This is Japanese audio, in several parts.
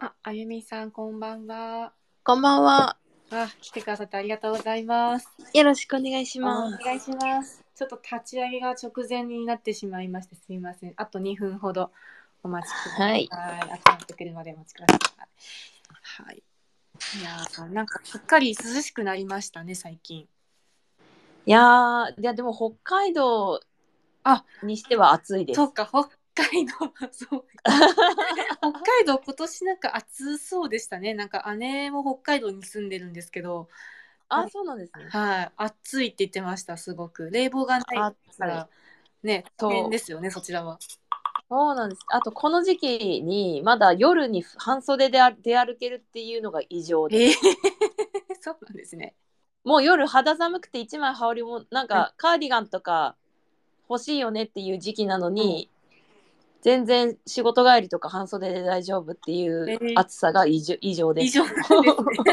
あゆみさん、こんばんは。 こんばんは。 来てくださってありがとうございます。 よろしくお願いしおます。 願いします。ちょっと立ち上げが直前になってしまいまして、すみません。あと2分ほどお待ちください。 はい。 集まってくるまでお待ちください。はい。いやー、なんかすっかり涼しくなりましたね、最近。 いやでも北海道あ、 にしては暑いです。 そうか、北海道、そう北海道今年なんか暑そうでしたね。なんか姉も北海道に住んでるんですけど、 そうなんですね。 はい、暑いって言ってました、すごく。冷房がないか暑い。 ら、ね、大変ですよね、そちらは。 そうなんです。あとこの時期にまだ夜に半袖で出歩けるっていうのが異常で。 そうなんですね。 もう夜肌寒くて一枚羽織もなんうん、 かカーディガンとか欲しいよねっていう時期なのうん。 に、全然仕事帰りとか半袖で大丈夫っていうー、 暑さが異常です。 異常なんですね。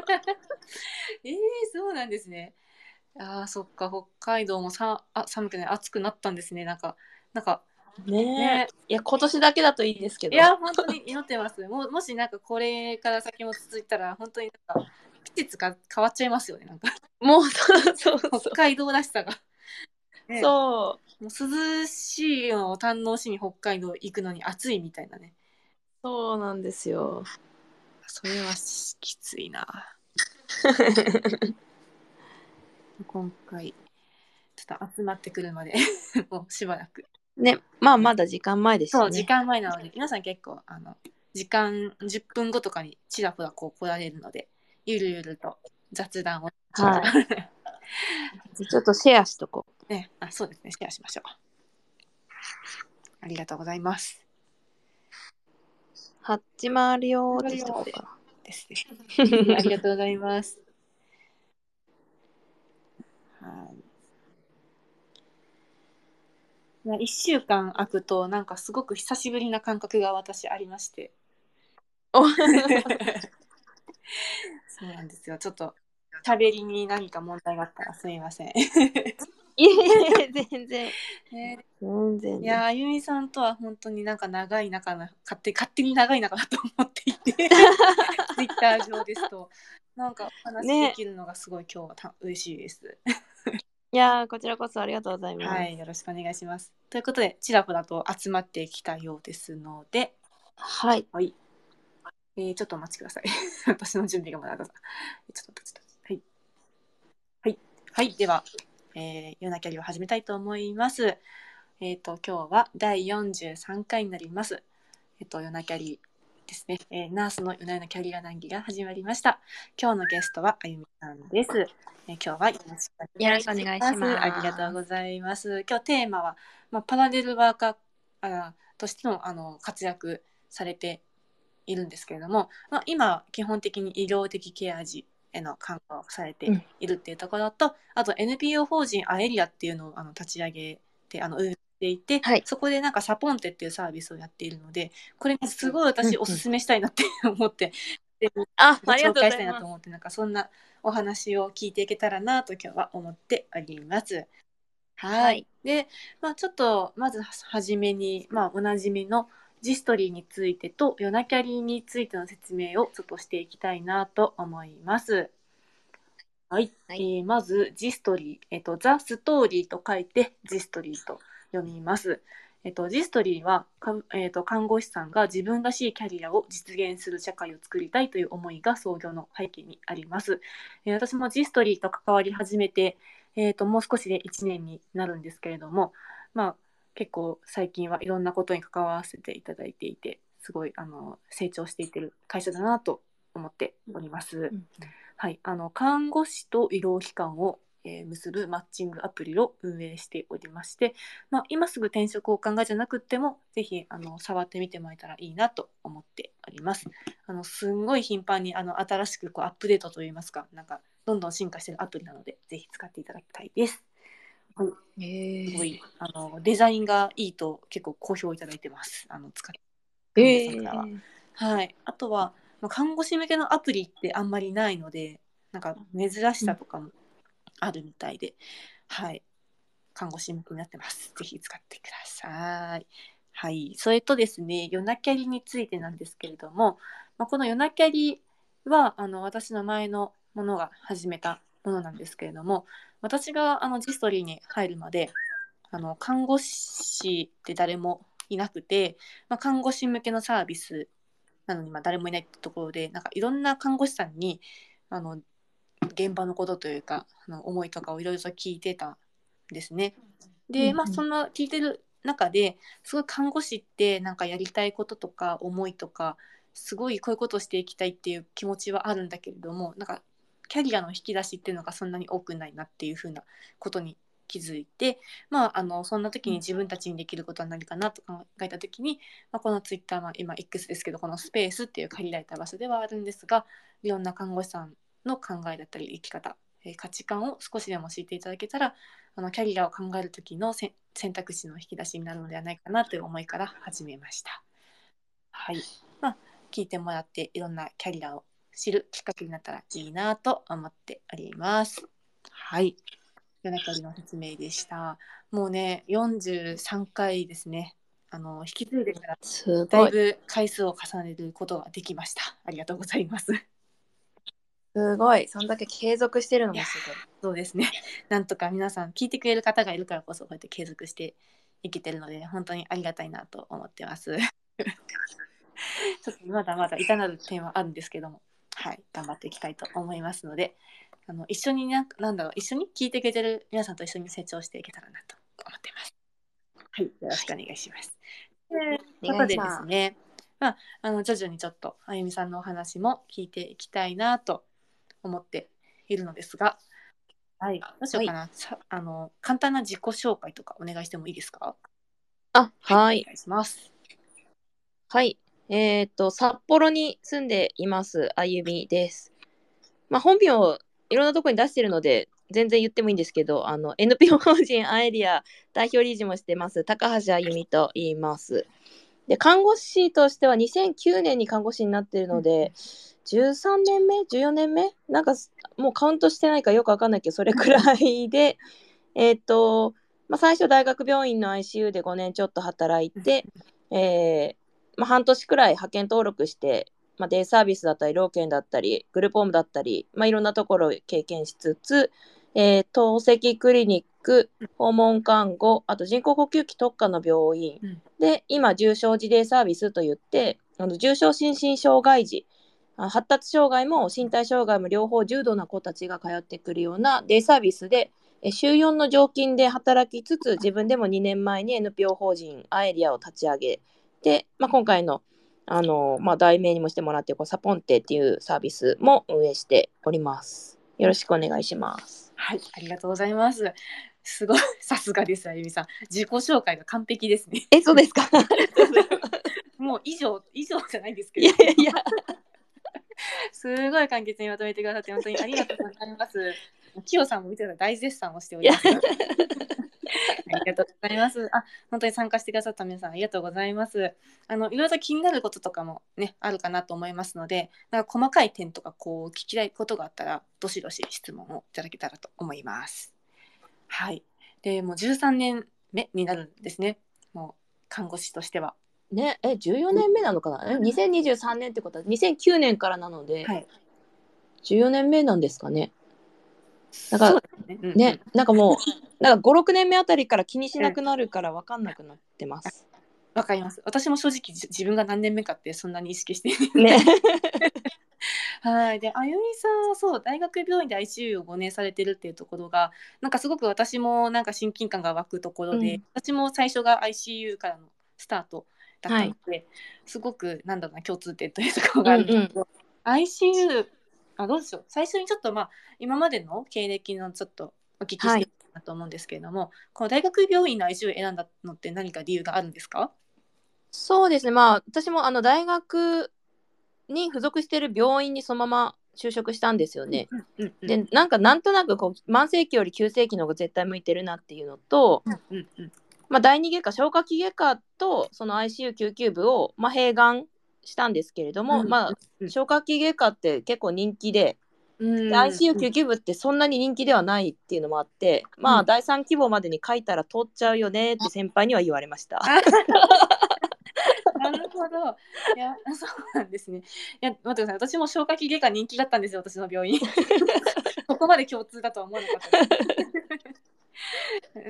そうなんですね。そっか、北海道も寒くない、暑くなったんですね。なんか、 ねえ。 ね。 いや、今年だけだといいですけど。 いや、本当に祈ってます。もしなんかこれから先も続いたら、本当になんか、季節が変わっちゃいますよね、なんか。 もう、そう北そう。 海道らしさが。ね。 そう。 もう涼しいのを堪能しに北海道行くのに暑いみたいなね。 そうなんですよ。 それはきついな。今回、ちょっと集まってくるまでもうしばらく。 ね、まあまだ時間前ですそう、時しね。 間前なので、皆さん結構、時間10分後とかにちらほらこう来られるので、ゆるゆると雑談をしながらはい。ちょっとシェアしとこう。 ね、そうですね、シェアしましょう。ありがとうございます。 ハッチ回るよーってしてこうかですね。ありがとうございます。はい。1週間空くと、なんかすごく久しぶりな感覚が私ありまして。そうなんですよ。ちょっと、喋りに何か問題があったらすみません。 いえいえ、全然。 ね、 全然でいや、あゆみさんとは本当になんか長い仲な、勝手に長い仲だと思っていて、ツイッター上ですと、なんかおす。 話でね。 きるのがすごい今日は嬉しいです。 いやこちらこそありがとうございます。 はい、よろしくお願いします。ということで、ちらほらと集まってきたようですので、 はい。 はい。ちょっとお待ちください。私の準備がまだ。ちょっと、はい。はい。はい。では、夜なキャリを始めたいと思います。今日は第43回になります。夜なキャリですね。ナースの夜な夜なキャリア談義が始まりました。今日のゲストはあゆみさんです。今日はよろしくお願いしよろしくお願います。 します。 ありがとうございます。今日テーマは、パラレルワーカーとしての活躍されているんですけれども、今基本的に医療的ケア児への看護をされているっていうところと、あと NPO 法人アエリアっていうのを立ち上げて運営していて、 はい。 そこでなんかサポンテっていうサービスをやっているので、これすごい私おすすめしたいなって思って、ごありがとうご紹介したいなざいます。 と思って、なんかそんなお話を聞いていけたらなと今日は思っております。はい。 はい。 で、ちょっとまずはじめに、おなじみのジストリーについてとヨナキャリについての説明をちょっとしていきたいなと思います。はい。 はい。 まずジストリー、ザ・ストーリーと書いてジストリーと読みます。ジストリーは看護師さんが自分らしいキャリアを実現する社会を作りたいという思いが創業の背景にあります。私もジストリーと関わり始めて、もう少しで1年になるんですけれども、結構最近はいろんなことに関わらせていただいていて、すごい成長していってる会社だなと思っております。はい、看護師と医療機関を結ぶマッチングアプリを運営しておりまして、今すぐ転職をお考えじゃなくてもぜひ触ってみてもらえたらいいなと思っております。すんごい頻繁に新しくこうアップデートといいますか、なんかどんどん進化しているアプリなのでぜひ使っていただきたいです。はい、すごいデザインがいいと結構好評いただいてます。使って看護師さんからは。はい。あとは、看護師向けのアプリってあんまりないので、なんか珍しさとかもあるみたいで、はい。看護師向けになってます。ぜひ使ってください。はい。それとですね、夜なキャリについてなんですけれども、 この夜なキャリは私の前のものが始めたものなんですけれども、私がジストリーに入るまで看護師って誰もいなくて、看護師向けのサービスなのに誰もいないってところで、なんかいろんな看護師さんに現場のことというか思いとかをいろいろと聞いてたんですね。で、そんな聞いてる中ですごい看護師ってなんかやりたいこととか思いとかすごいこういうことをしていきたいっていう気持ちはあるんだけれども、なんかキャリアの引き出しっていうのがそんなに多くないなっていうふうなことに気づいて、そんな時に自分たちにできることは何かなと考えた時に、このツイッター、今 X ですけど、このスペースっていう限られた場所ではあるんですが、いろんな看護師さんの考えだったり生き方、価値観を少しでも知っていただけたら、キャリアを考える時の選択肢の引き出しになるのではないかなという思いから始めました。はい。聞いてもらっていろんなキャリアを知るきっかけになったらいいなと思っております。はい。夜なキャリの説明でした。もうね、43回ですね。引き継いでからだいぶ回数を重ねることができました。ありがとうございます。 すごい。そんだけ継続してるのもすごい。 そうですね。なんとか皆さん聞いてくれる方がいるからこそこうやって継続していけてるので本当にありがたいなと思ってます。ちょっとまだまだいかなる点はあるんですけども、はい、頑張っていきたいと思いますので、一緒に一緒に聞いてくれてる皆さんと一緒に成長していけたらなと思ってます。はい、よろしくお願いします。ということでですね、徐々にちょっとあゆみさんのお話も聞いていきたいなと思っているのですが、はい、どうしようかな。簡単な自己紹介とかお願いしてもいいですか？ はい。 お願いします。 はい。札幌に住んでいます、あゆみです。本名をいろんなところに出してるので、全然言ってもいいんですけど、NPO 法人アイディア代表理事もしてます、高橋あゆみと言います。で、看護師としては2009年に看護師になってるので、13年目 ?14 年目なんか、もうカウントしてないかよくわかんないけど、それくらいで、最初大学病院の ICU で5年ちょっと働いて、半年くらい派遣登録して、デイサービスだったり、老健だったり、グループホームだったり、いろんなところを経験しつつ、透析クリニック、訪問看護、あと人工呼吸器特化の病院、で、今、重症児デイサービスといって、重症心身障害児、発達障害も身体障害も両方重度な子たちが通ってくるようなデイサービスで、週4の常勤で働きつつ、自分でも2年前に NPO 法人アイディアを立ち上げて、今回の題名にもしてもらっているサポンテっていうサービスも運営しております。よろしくお願いします。 はい、ありがとうございます。すごい、さすがです、あゆみさん。自己紹介が完璧ですね。 そうですか。 もう以上じゃないんですけど。 いやすごい簡潔にまとめてくださって本当にありがとうございます。きよさんも見てたら大絶賛をしております。ありがとうございます。本当に参加してくださった皆さんありがとうございます。いろいろと気になることとかもねあるかなと思いますので、なんか細かい点とか聞きたいことがあったらどしどし質問をいただけたらと思います。はい。でもう13年目になるんですね。もう看護師としては。 ね、14年目なのかな、2023年ってことは2009年からなので、はい、14年目なんですかね。なんかね、なんかもうなんか5、6年目あたりから気にしなくなるから分かんなくなってます。 わかります。私も正直自分が何年目かってそんなに意識していない。ね。はい。で、あゆみさんはそう大学病院で ICU を5年されてるっていうところがなんかすごく私もなんか親近感が湧くところで、私も最初が ICU からのスタートだったので、すごく共通点というところがあるんですけど、ICU どうでしょう。最初にちょっと今までの経歴のちょっとお聞きしてるなと思うんですけれども、この大学病院の ICU を選んだのって何か理由があるんですか？ そうですね。私も大学に付属している病院にそのまま就職したんですよね。で、なんとなく慢性期より急性期の方が絶対向いてるなっていうのと、第二外科消化器外科とその ICU 救急部を併願したんですけれども、消化器外科って結構人気で、ICU 救急部ってそんなに人気ではないっていうのもあって、第3希望までに書いたら通っちゃうよねって先輩には言われました。 なるほほど。いや、そうなんですね。いや、待ってください。私も消化器外科人気だったんですよ、私の病院。ここまで共通だとは思わなかったです。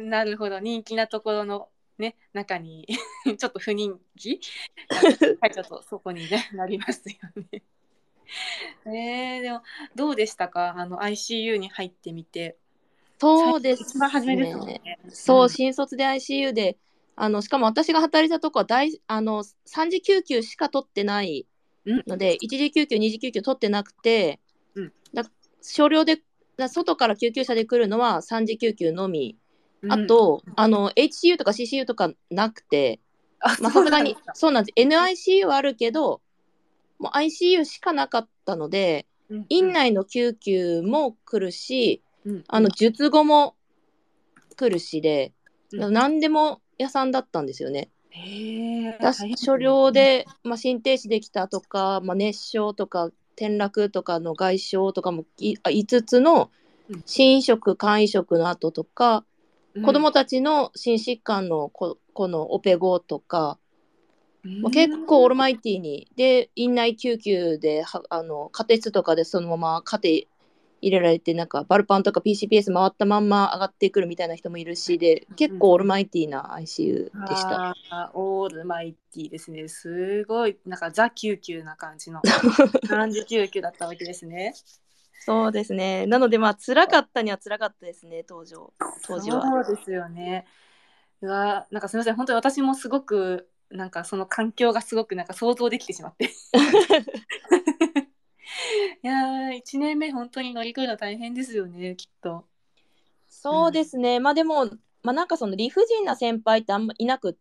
なるほど。人気なところのね、中にちょっと不人気なところはい、ちょっとそこにね、なりますよね。でもどうでしたか？ICU に入ってみて。 そうで一番初すめですもんね。 ね。うそう、 ん。 新卒で ICU で、しかも私が働いたとこは3次救急しか取ってないうん。 ので、1次救急、2次救急取ってなくて、 うん。 だ少量で、外から救急車で来るのは3次救急のみ。 うん。 あと、HCU とか CCU とかなくて、 あ、 まあ、 そうさすがに、 なんですか。 そうなんです。NICU はあるけど、もう ICU しかなかったので、 うんうん。 院内の救急も来るし、 うんうん。 術後も来るしで、 うん。 何でも屋さんだったんですよね。 へえ、大変で初すね。うん。 療で、心停止できたとか、熱傷とか転落とかの外傷とかも5つのうん。 心移植、肝移植の後とか、子どうん。 もたちの心疾患のこのオペ後とか、 う結ーん。 構オールマイティーに、で、院内救急でカテツとかでそのままカテ入れられて、なんかバルパンとか PCPS 回ったまんま上がってくるみたいな人もいるしで、結うん構オールマイティーな ICU うん。 でした。 ああ、オールマイティーですね。すごい、なんかザ救急な感じの3次救急だったわけですね。 そうですね。なので、辛かったには辛かったですね、当時は。 そうですよね。なんかすみません。本当に私もすごく、なんかその環境がすごくなんか想像できてしまって。いやー、1年目本当に乗り越えるの大変ですよね、きっと。うん。 そうですね。でも、なんかその理不尽な先輩ってあんまいなくって、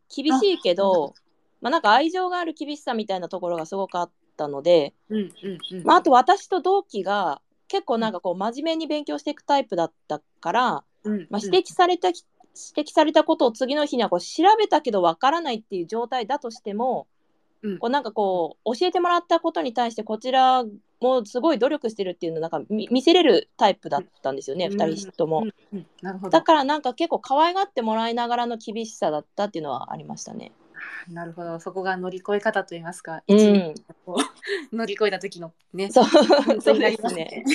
厳しあ、 いけど、なんか愛情がある厳しさみたいなところがすごくあったので、 うんうんうん。 あと私と同期が結構うんなんかこう真面目に勉強していくタイプだったから、 うんうん指摘されたことを次の日にはこう調べたけどわからないっていう状態だとしても、 うんなんかこう教えてもらったことに対してこちらもすごい努力してるっていうのをなんか見せれるタイプだったんですよね、2 うん人とも。 うんうん。なるほど。 だからなんか結構可愛がってもらいながらの厳しさだったっていうのはありましたね。 なるほど。そこが乗り越え方といいますか、 う 1年ん。 を乗り越えた時のね、 そう、 ポイントそうになですね。 りますね。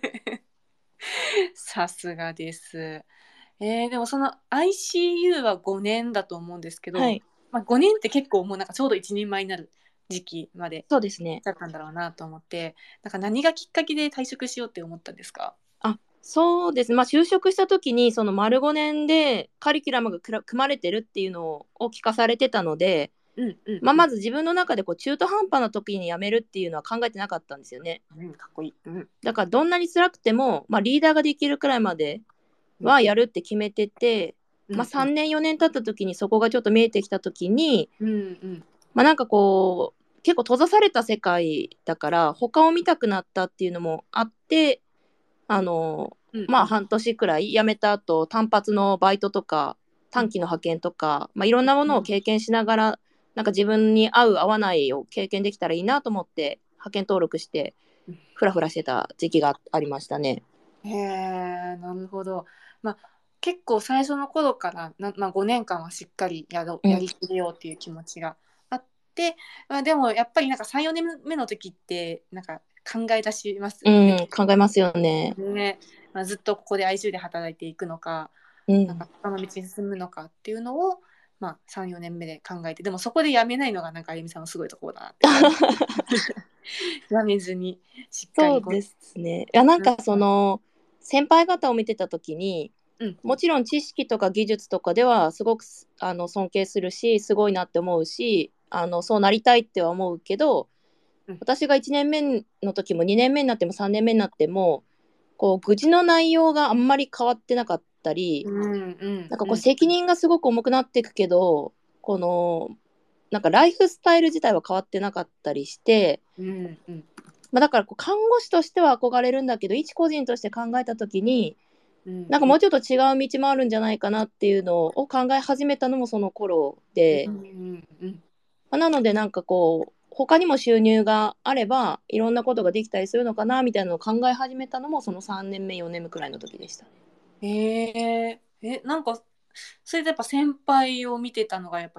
さすがです。でもその ICU は5年だと思うんですけど、 はい。 5年って結構もうなんかちょうど一人前になる時期までそうですね。 だったんだろうなと思って、なんか何がきっかけで退職しようって思ったんですか？ そうですね。就職した時に、その丸5年でカリキュラムが組まれてるっていうのを聞かされてたので、 うんうんうん。 まず自分の中でこう中途半端な時に辞めるっていうのは考えてなかったんですよね。 うん、かっこいい。うん。 だからどんなに辛くても、リーダーができるくらいまでうんはやるって決めてて、 うんうん。 3年4年経った時にそこがちょっと見えてきた時に、 うんうん。 なんかこう結構閉ざされた世界だから他を見たくなったっていうのもあって、 うんうん。 半年くらい辞めた後単発のバイトとかうん短期の派遣とか、いろんなものを経験しながら、なんか自分に合う合わないを経験できたらいいなと思って派遣登録してうん。 フラフラしてた時期がありましたね。 へえ、なるほど。まあ、結構最初の頃から5年間はしっかりうん、 やりきれようっていう気持ちがあって、でもやっぱりなんか3、4年目の時ってなんか考え出しますうよね。 ん、考えますよね。 ね、ずっとここで ICU で働いていくのか、 うん。 なんか他の道に進むのかっていうのを、3、4年目で考えて、でもそこでやめないのがなんかあゆみさんのすごいところだなって思います。やめずにしっかりそうですね。いや、なんうんかその先輩方を見てた時に、 うんもちろん知識とか技術とかではすごく尊敬するし、すごいなって思うし、そうなりたいっては思うけど、 うん私が1年目の時も2年目になっても3年目になっても、こう愚痴の内容があんまり変わってなかったり、 うんうんなんかこううん責任がすごく重くなっていくけど、このなんかライフスタイル自体は変わってなかったりして、 うんうんだからこう看護師としては憧れるんだけど、一個人として考えた時に、 うんなんかもうちょっと違う道もあるんじゃないかなっていうのを考え始めたのもその頃で、 うんうんなのでなんかこう他にも収入があればいろんなことができたりするのかなみたいなのを考え始めたのもその3年目4年目くらいの時でしたね。 なんかそれでやっぱ先輩を見てたのがやっぱきっ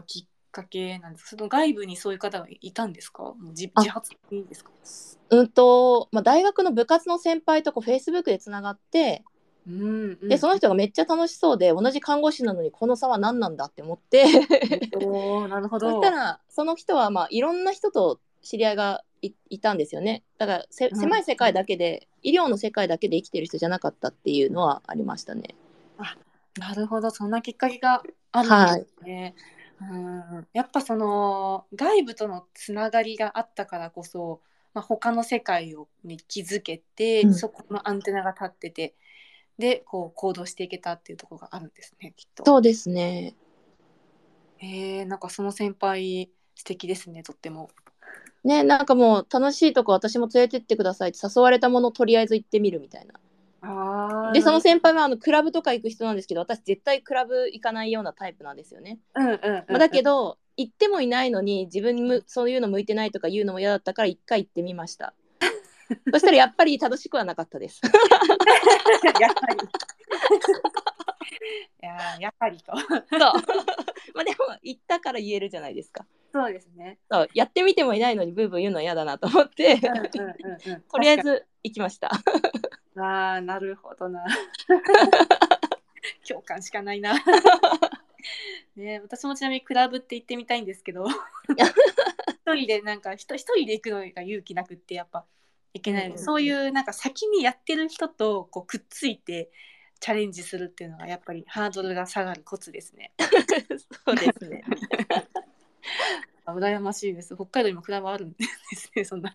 かけなんですか？その外部にそういう方がいたんですか？もう自あ発的にですか？ 大学の部活の先輩とフェイスブックでつながって、 うんうでん。 その人がめっちゃ楽しそうで、同じ看護師なのにこの差は何なんだって思っておー、なるほそしたど。 らその人は、いろんな人と知り合いがいたんですよね。だからうん、 狭い世界だけで、医療の世界だけで生きてる人じゃなかったっていうのはありましたね。 あ、なるほど、そんなきっかけがあるんではい。 すね。うん、やっぱその外部とのつながりがあったからこそ、他の世界に気づけて、 うん、 そこのアンテナが立ってて、でこう行動していけたっていうところがあるんですね、きっと。 そうですね。 なんかその先輩素敵ですね、とっても。 ね、なんかもう楽しいとこ私も連れてってくださいって誘われたものとりあえず行ってみるみたいな。 ああ、 で、その先輩はクラブとか行く人なんですけど、私絶対クラブ行かないようなタイプなんですよね。 うんうんうんうん。 だけど、行ってもいないのに自分にそういうの向いてないとか言うのも嫌だったから一回行ってみました。そしたらやっぱり楽しくはなかったです。 やっぱり。やっぱりと。 そうでも行ったから言えるじゃないですか。 そうですね。 そうやってみてもいないのにブーブー言うのは嫌だなと思ってうんうんうんうん。 とりあえ確かず行きました。 に。ああ、なるほどな。共感しかないな。ね、私もちなみにクラブって行ってみたいんですけど、一人でなんか一人で行くのが勇気なくってやっぱいけないので、そういうなんか先にやってる人とこうくっついてチャレンジするっていうのがやっぱりハードルが下がるコツですね。 そうですね。 羨ましいです。北海道にもクラブあるんですね、そんな。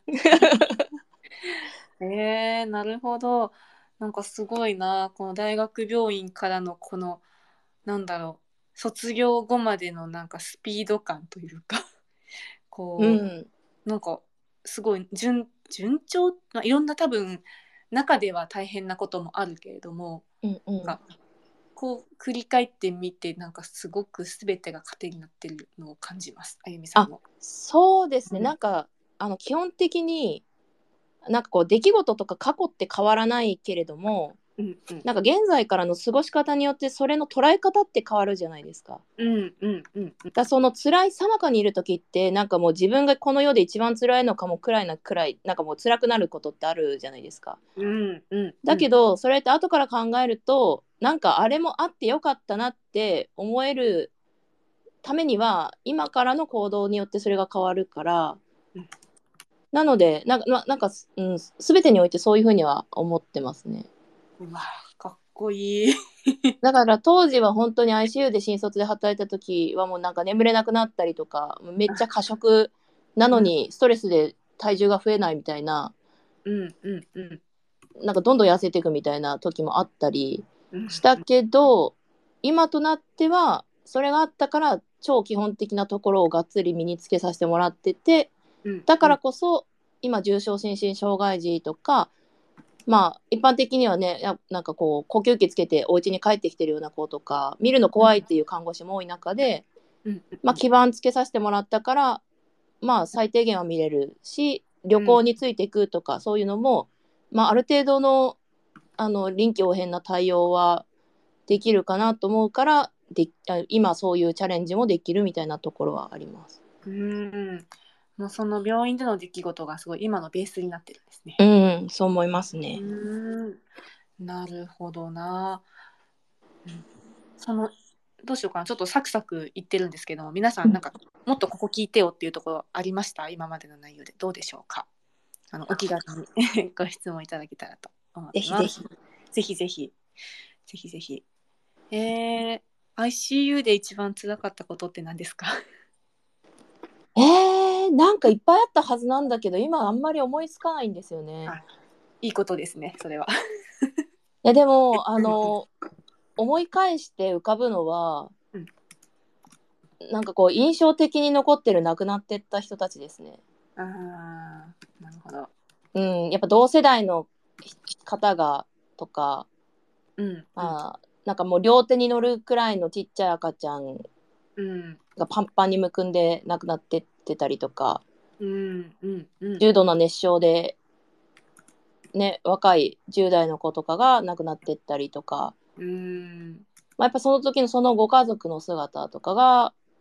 なるほど。なんかすごいな、この大学病院からのこの、なんだろう、卒業後までのなんかスピード感というか、こうん。 う、なんかすごい順調、いろんな多分、中では大変なこともあるけれども、 うんうん。 なんかこう繰り返ってみて、なんかすごく全てが糧になってるのを感じます、あゆみさんあ、 の。 そうですね。 うんなんか基本的になんかこう出来事とか過去って変わらないけれども、 うんうんなんか現在からの過ごし方によってそれの捉え方って変わるじゃないですか。 うんうんうんその辛い最中にいる時ってなんかもう自分がこの世で一番辛いのかもくらいなんかもう辛くなることってあるじゃないですか。 うんうんうんだけどそれって後から考えるとなんかあれもあってよかったなって思えるためには今からの行動によってそれが変わるから、 うんなのでなんか、全てにおいてそういうふうには思ってますね。 うわ、かっこいい。 だから当時は本当に ICU で新卒で働いた時はもうなんか眠れなくなったりとかめっちゃ過食なのうんにストレスで体重が増えないみたいな、 うんうんうんなんかどんどん痩せていくみたいな時もあったりうんしたけど、今となってはそれがあったから超基本的なところをがっつり身につけさせてもらってて、だかうんうんらこそ今重症心身障害児とか、一般的にはねなんかこう呼吸器つけてお家に帰ってきてるような子とか見るの怖いっていう看護師も多い中で、 うん基盤つけさせてもらったから、最低限は見れるし旅うん行についていくとかそういうのも、ある程度の臨機応変な対応はできるかなと思うから今そういうチャレンジもできるみたいなところはあります。 うんもうその病院での出来事がすごい今のベースになってるんですね。 うん、そう思いますね。 なるほどな。そのどうしようかな、ちょっとサクサク言ってるんですけども、皆さんなんかもっとここ聞いてよっていうところありました？今までの内容でどうでしょうか？お気軽にご質問いただけたらと思ってます。 ぜひぜひ。 ぜひぜひぜひぜひ。ICU で一番辛かったことって何ですか？ なんかいっぱいあったはずなんだけど今あんまり思いつかないんですよね。 あ、いいことですね、それは。 いやでもうん思い返して浮かぶのは、 うんなんかこう印象的に残ってる亡くなってった人たちですね。 あー、なるほど。 やっぱ同世代の方がとか、 うんなんかもう両手に乗るくらいのちっちゃい赤ちゃんうんがパンパンにむくんで亡くなってってたりとか、 うんうんうん重度の熱傷でね若い10代の子とかが亡くなってったりとか、 うんやっぱその時のそのご家族の姿とかが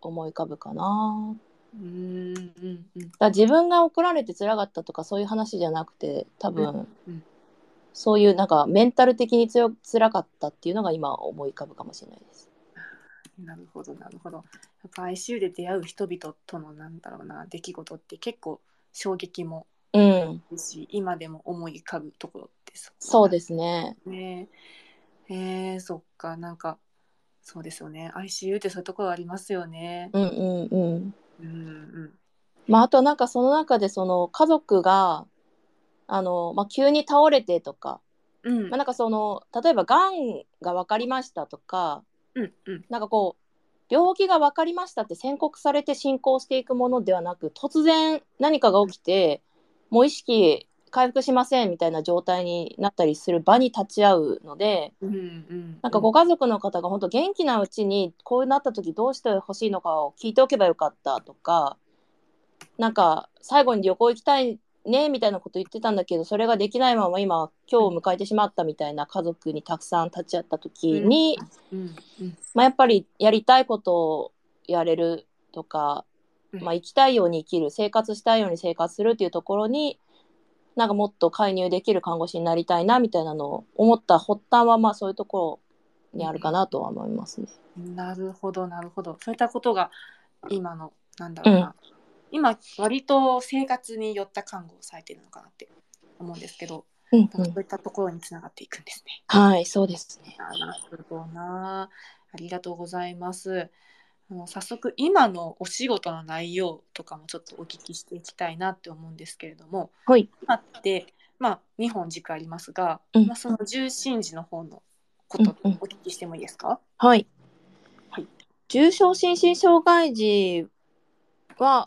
思い浮かぶかな。 うんうんだから自分が怒られて辛かったとかそういう話じゃなくて、多分うんそういうなんかメンタル的に辛かったっていうのが今思い浮かぶかもしれないです。 なるほどなるほど。やっぱ ICU で出会う人々とのなんだろうな出来事って結構衝撃もうん、 あるし、今でも思い浮かぶところですそうですね。 ね。そっか、なんかそうですよね。ICU ってそういうところありますよね。 うんうんうん。 うんうんまああとなんかその中でその家族が急に倒れてとか、 うんなんかその例えばがんが分かりましたとか、 うんうんなんかこう病気が分かりましたって宣告されて進行していくものではなく、突然何かが起きてもう意識回復しませんみたいな状態になったりする場に立ち会うので、 うんうんなんかご家族の方が本当元気なうちにこうなった時どうしてほしいのかを聞いておけばよかったとか、なんか最後に旅行行きたいねみたいなこと言ってたんだけどそれができないまま今日を迎えてしまったみたいな家族にたくさん立ち会った時うんに、 うんうんやっぱりやりたいことをやれるとか、生きたいように生きる、生活したいように生活するっていうところになんかもっと介入できる看護師になりたいなみたいなのを思った発端はそういうところにあるかなとは思いますね。 なるほどなるほど。そういったことが今のなんだうんろうな、今割と生活に寄った看護をされているのかなって思うんですけど、 うんなんかそういったところにつながっていくんですね。 はいそうですね。 なるほどな。ありがとうございます。早速今のお仕事の内容とかもちょっとお聞きしていきたいなって思うんですけれども、 はい今って2本軸ありますが、 うんその重心時の方のことうんうんお聞きしてもいいですか？ はいはい。 重症心身障害児は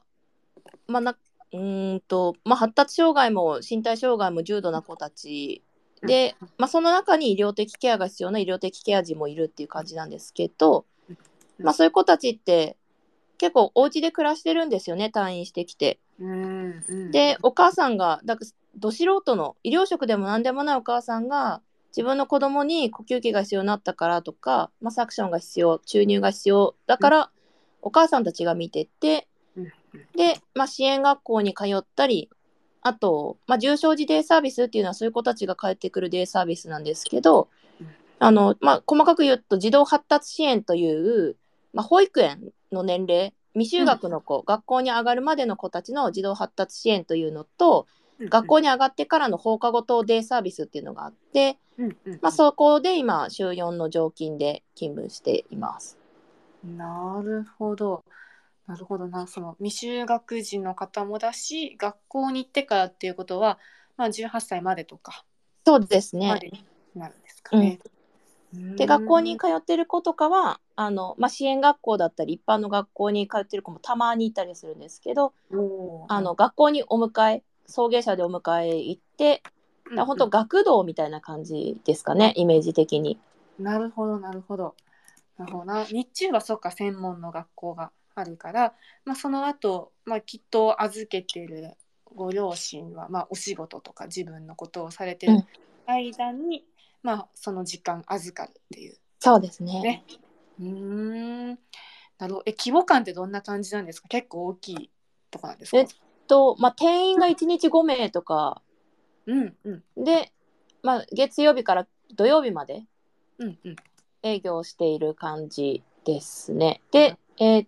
発達障害も身体障害も重度な子たちで、その中に医療的ケアが必要な医療的ケア児もいるっていう感じなんですけど、そういう子たちって結構お家で暮らしてるんですよね、退院してきて。でお母さんがど素人の医療職でも何でもないお母さんが自分の子供に呼吸器が必要になったからとか、サクションが必要、注入が必要だからお母さんたちが見てて、で、支援学校に通ったり、あと、重症児デイサービスっていうのはそういう子たちが帰ってくるデイサービスなんですけど、細かく言うと児童発達支援という、保育園の年齢、未就学の子、学校に上がるまでの子たちの児童発達支援というのと、学校に上がってからの放課後等デイサービスっていうのがあって、そこで今週4の常勤で勤務しています。 なるほど。なるほどな。その未就学児の方もだし、学校に行ってからっていうことは、18歳までとかそうですね。 までになるんですかね。 で学校に通ってる子とかは支援学校だったり一般の学校に通ってる子もたまにいたりするんですけど、学校にお迎え送迎車でお迎え行って、本当学童みたいな感じですかね、イメージ的に。 なるほどなるほど。なるほどな。日中はそっか専門の学校があるから、その後、きっと預けてるご両親は、お仕事とか自分のことをされてる間に、その時間預かるっていう、 そうですね。 なるほど。規模感ってどんな感じなんですか？結構大きいとかなんですか？ 定員が1日5名とか、で、月曜日から土曜日まで営業している感じですね。で、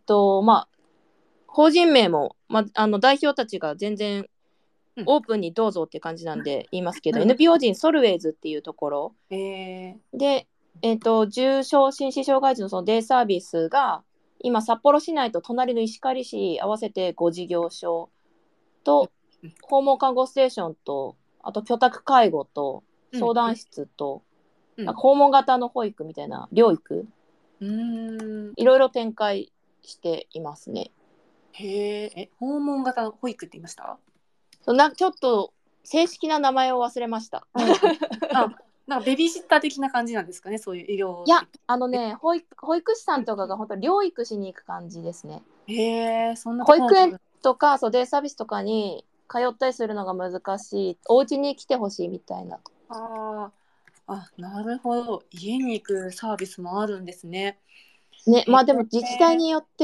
法人名も、代表たちが全然オープンにどうぞって感じなんで言いますけど、NPO 人ソルウェイズっていうところ、で、重症心身障害児のそのデイサービスが今札幌市内と隣の石狩市合わせて5事業所と訪問看護ステーションとあと居宅介護と相談室と、なんか訪問型の保育みたいな療育、いろいろ展開していますね。 訪問型の保育って言いました？ ちょっと正式な名前を忘れました。 なんかベビーシッター的な感じなんですかね、そういう医療。 いや、保育士さんとかが本当療育しに行く感じですね。 そんな保育園とかデイサービスとかに通ったりするのが難しい、お家に来てほしいみたいな。 なるほど。家に行くサービスもあるんですね。 でも自治体によって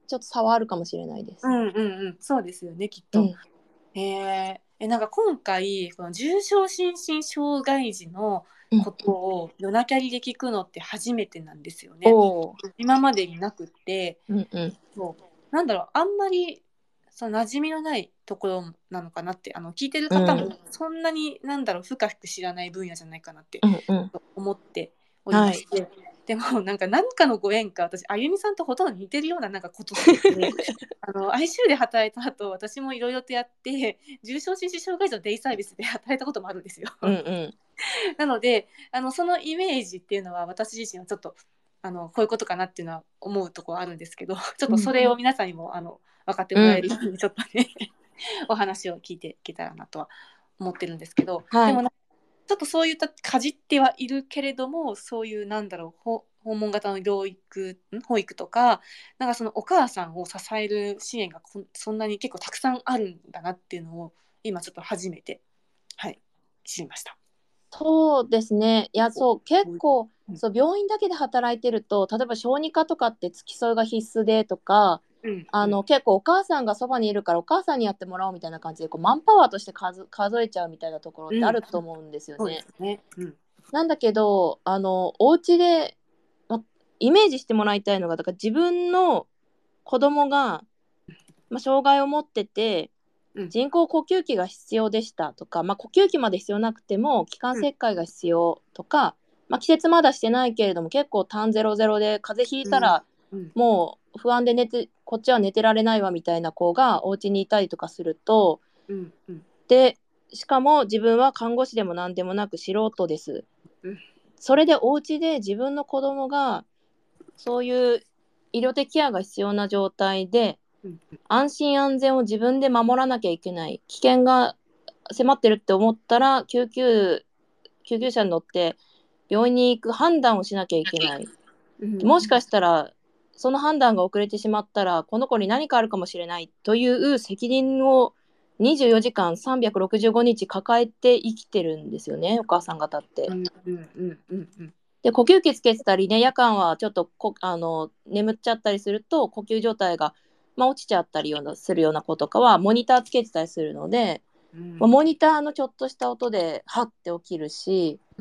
ちょっと差はあるかもしれないです。 うんうんうん、そうですよね、きっと。 うんなんか今回この重症心身障害児のうんことを夜なキャリで聞くのって初めてなんですよね。 おー今までになくって、 うんうんそうなんだろう、あんまりその馴染みのないところなのかなって、聞いてる方もうんそんなになんだろう深く知らない分野じゃないかなってうんうん思っておりはいまして、でもなんか何かのご縁か私あゆみさんとほとんど似てるようななんかことしててICU で働いた後私もいろいろとやって重症心身障害児のデイサービスで働いたこともあるんですよ。 うんうんなのでそのイメージっていうのは私自身はちょっとこういうことかなっていうのは思うところあるんですけど、ちょっとそれを皆さんにも分かってもらえるようにちょっとねお話を聞いていけたらなとは思ってるんですけど、 はいでもちょっとそういったかじってはいるけれども、そういうなんだろう訪問型の保育とか、なんかそのお母さんを支える支援がそんなに結構たくさんあるんだなっていうのを今ちょっと初めて、はい、知りました。 そうですね。いや、そう、結構、 うんそう、病院だけで働いてると、例えば小児科とかって付き添いが必須でとか、 うん結構お母さんがそばにいるからお母さんにやってもらおうみたいな感じで、こうマンパワーとして数えちゃうみたいなところってあうん、 ると思うんですよそうでね。 すね。うん、 なんだけど、お家で、イメージしてもらいたいのが、だから自分の子供が、障害を持ってて、 うん、 人工呼吸器が必要でしたとか、呼吸器まで必要なくても気管うん、 切開が必要とか、季節まだしてないけれども結構単ゼロゼロで風邪ひいたらうん、 もう不安でこっちは寝てられないわみたいな子がお家にいたりとかすると、 うん、うん、 でしかも自分は看護師でも何でもなく素人です。 うん、 それでお家で自分の子供がそういう医療的ケアが必要な状態でうん、 安心安全を自分で守らなきゃいけない、危険が迫ってるって思ったら救急車に乗って病院に行く判断をしなきゃいけない。 うん、 もしかしたらその判断が遅れてしまったらこの子に何かあるかもしれないという責任を24時間365日抱えて生きてるんですよね、お母さん方って。 うん、うん、うん、うん、 で呼吸器つけてたりね、夜間はちょっと眠っちゃったりすると呼吸状態が、落ちちゃったりするような子とかはモニターつけてたりするので、 うん、 モニターのちょっとした音でハッて起きるし、 うん、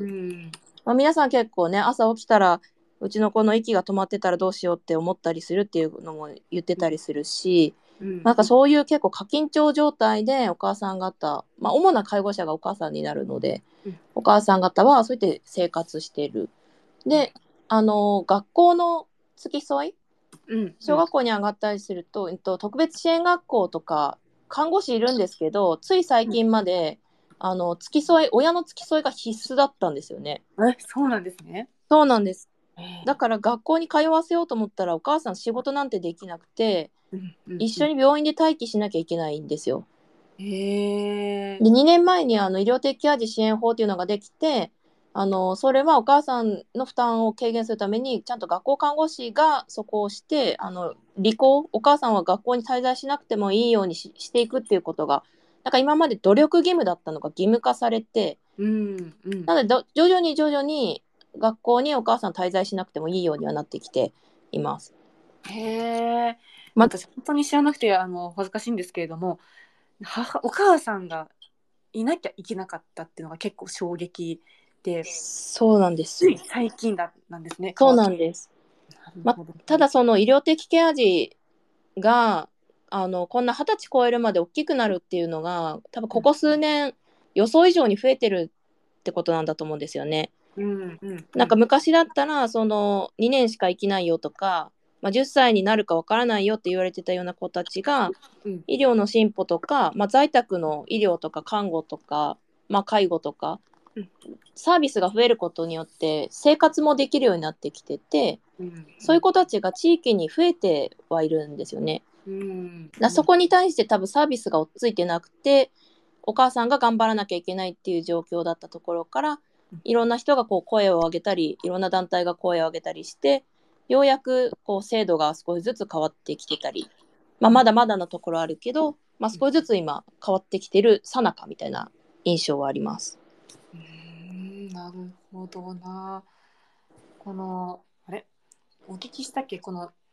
皆さん結構ね、朝起きたらうちの子の息が止まってたらどうしようって思ったりするっていうのも言ってたりするし、 うん、 なんかそういう結構過緊張状態でお母さん方、主な介護者がお母さんになるので、 うん、 お母さん方はそうやって生活している。で、学校の付き添い、 うん、 小学校に上がったりすると、特別支援学校とか看護師いるんですけど、つい最近まで親の付き添いが必須だったんですよね。 そうなんですね。 そうなんです。だえから学校に通わせようと思ったらお母さん仕事なんてできなくて、 うんうん一緒に病院で待機しなきゃいけないんですよ。 へえ。 で、2年前に医療的ケア児支援法というのができて、それはお母さんの負担を軽減するためにちゃんと学校看護師がそこをしてお母さんは学校に滞在しなくてもいいようにしていくっていうことが、なんか今まで努力義務だったのが義務化されて、 うんうん。 なので徐々に学校にお母さん滞在しなくてもいいようにはなってきています。 へえ。 ま、 私本当に知らなくて恥ずかしいんですけれども、お母さんがいなきゃいけなかったっていうのが結構衝撃で、 そうなんですよ。 つい最近なんですね、変そうわった。 なんです。 なるほど。 ただその医療的ケア児がこんな20歳超えるまで大きくなるっていうのが多分ここ数年予想以上に増えてるってことなんだと思うんですよね。 うんうんなんか昔だったらその2年しか生きないよとか、10歳になるかわからないよって言われてたような子たちがうん医療の進歩とか、在宅の医療とか看護とか、介護とかうんサービスが増えることによって生活もできるようになってきてて、 うんそういう子たちが地域に増えてはいるんですよね。 うんそこに対して多分サービスが追っついてなくて、お母さんが頑張らなきゃいけないっていう状況だったところから、いろんな人がこう声を上げたり、いろんな団体が声を上げたりして、ようやくこう制度が少しずつ変わってきてたり、まだまだのところあるけど、少しずつ今変わってきてる最中みたいな印象はあります。 なるほどな。あれお聞きしたっけ、この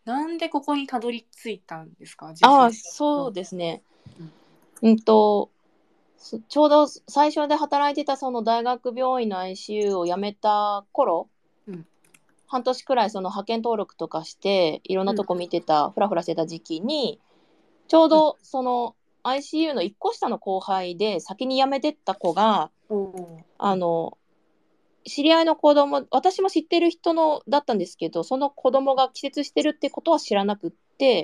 なんでここにたどり着いたんですか？ そうですね。ちょうど最初で働いてたその大学病院の ICU を辞めた頃、半年くらいその派遣登録とかしていろんなとこ見てた、フラフラしてた時期に、ちょうどその ICU の1個下の後輩で先に辞めてった子が、知り合いの子供、私も知ってる人のだったんですけど、その子供が気絶してるってことは知らなくって、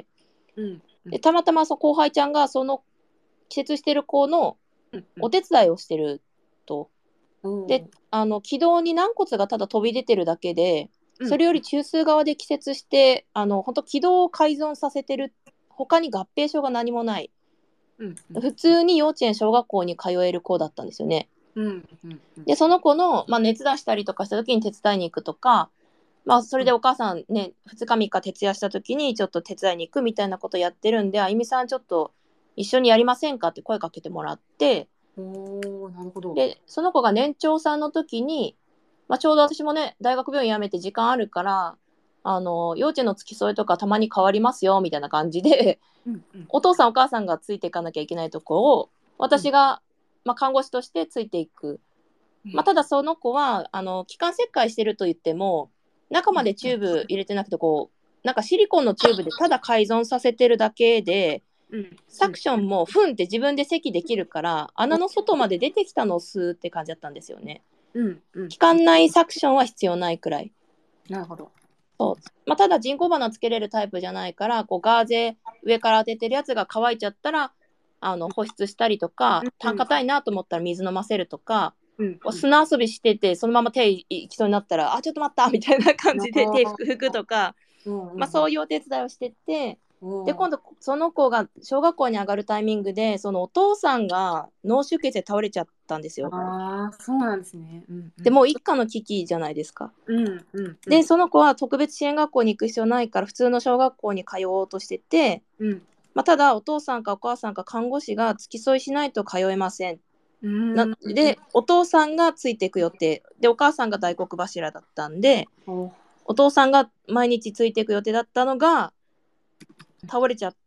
でたまたまその後輩ちゃんがその気絶してる子のお手伝いをしてると。で、気道に軟骨がただ飛び出てるだけで、それより中枢側で気絶して、本当気道を改造させてる、他に合併症が何もない、普通に幼稚園小学校に通える子だったんですよね。でその子の、熱出したりとかした時に手伝いに行くとか、それでお母さんね、2日3日徹夜した時にちょっと手伝いに行くみたいなことやってるんで、あゆみさんちょっと一緒にやりませんかって声かけてもらって、 なるほど。 でその子が年長さんの時に、ちょうど私もね大学病院辞めて時間あるから、幼稚園の付き添いとかたまに変わりますよみたいな感じで、お父さんお母さんがついていかなきゃいけないとこを私が、看護師としてついていく。ただその子は気管切開してると言っても中までチューブ入れてなくて、なんかシリコンのチューブでただ改造させてるだけで、サクションもフンって自分で咳できるから穴の外まで出てきたのを吸うって感じだったんですよね。気管内サクションは必要ないくらい。 なるほど。 そう、ただ人工鼻つけれるタイプじゃないから、ガーゼ上から当ててるやつが乾いちゃったら保湿したりとか、硬いなと思ったら水飲ませるとか、砂遊びしててそのまま手いきそうになったらちょっと待ったみたいな感じで手拭くとか、そういうお手伝いをしてて、で今度その子が小学校に上がるタイミングでそのお父さんが脳出血で倒れちゃったんですよ。 そうなんですね。 でもう一家の危機じゃないですか。でその子は特別支援学校に行く必要ないから普通の小学校に通おうとしてて、ただお父さんかお母さんか看護師が付き添いしないと通えません。でお父さんがついていく予定で、お母さんが大黒柱だったんで、お父さんが毎日ついていく予定だったのが倒れちゃって、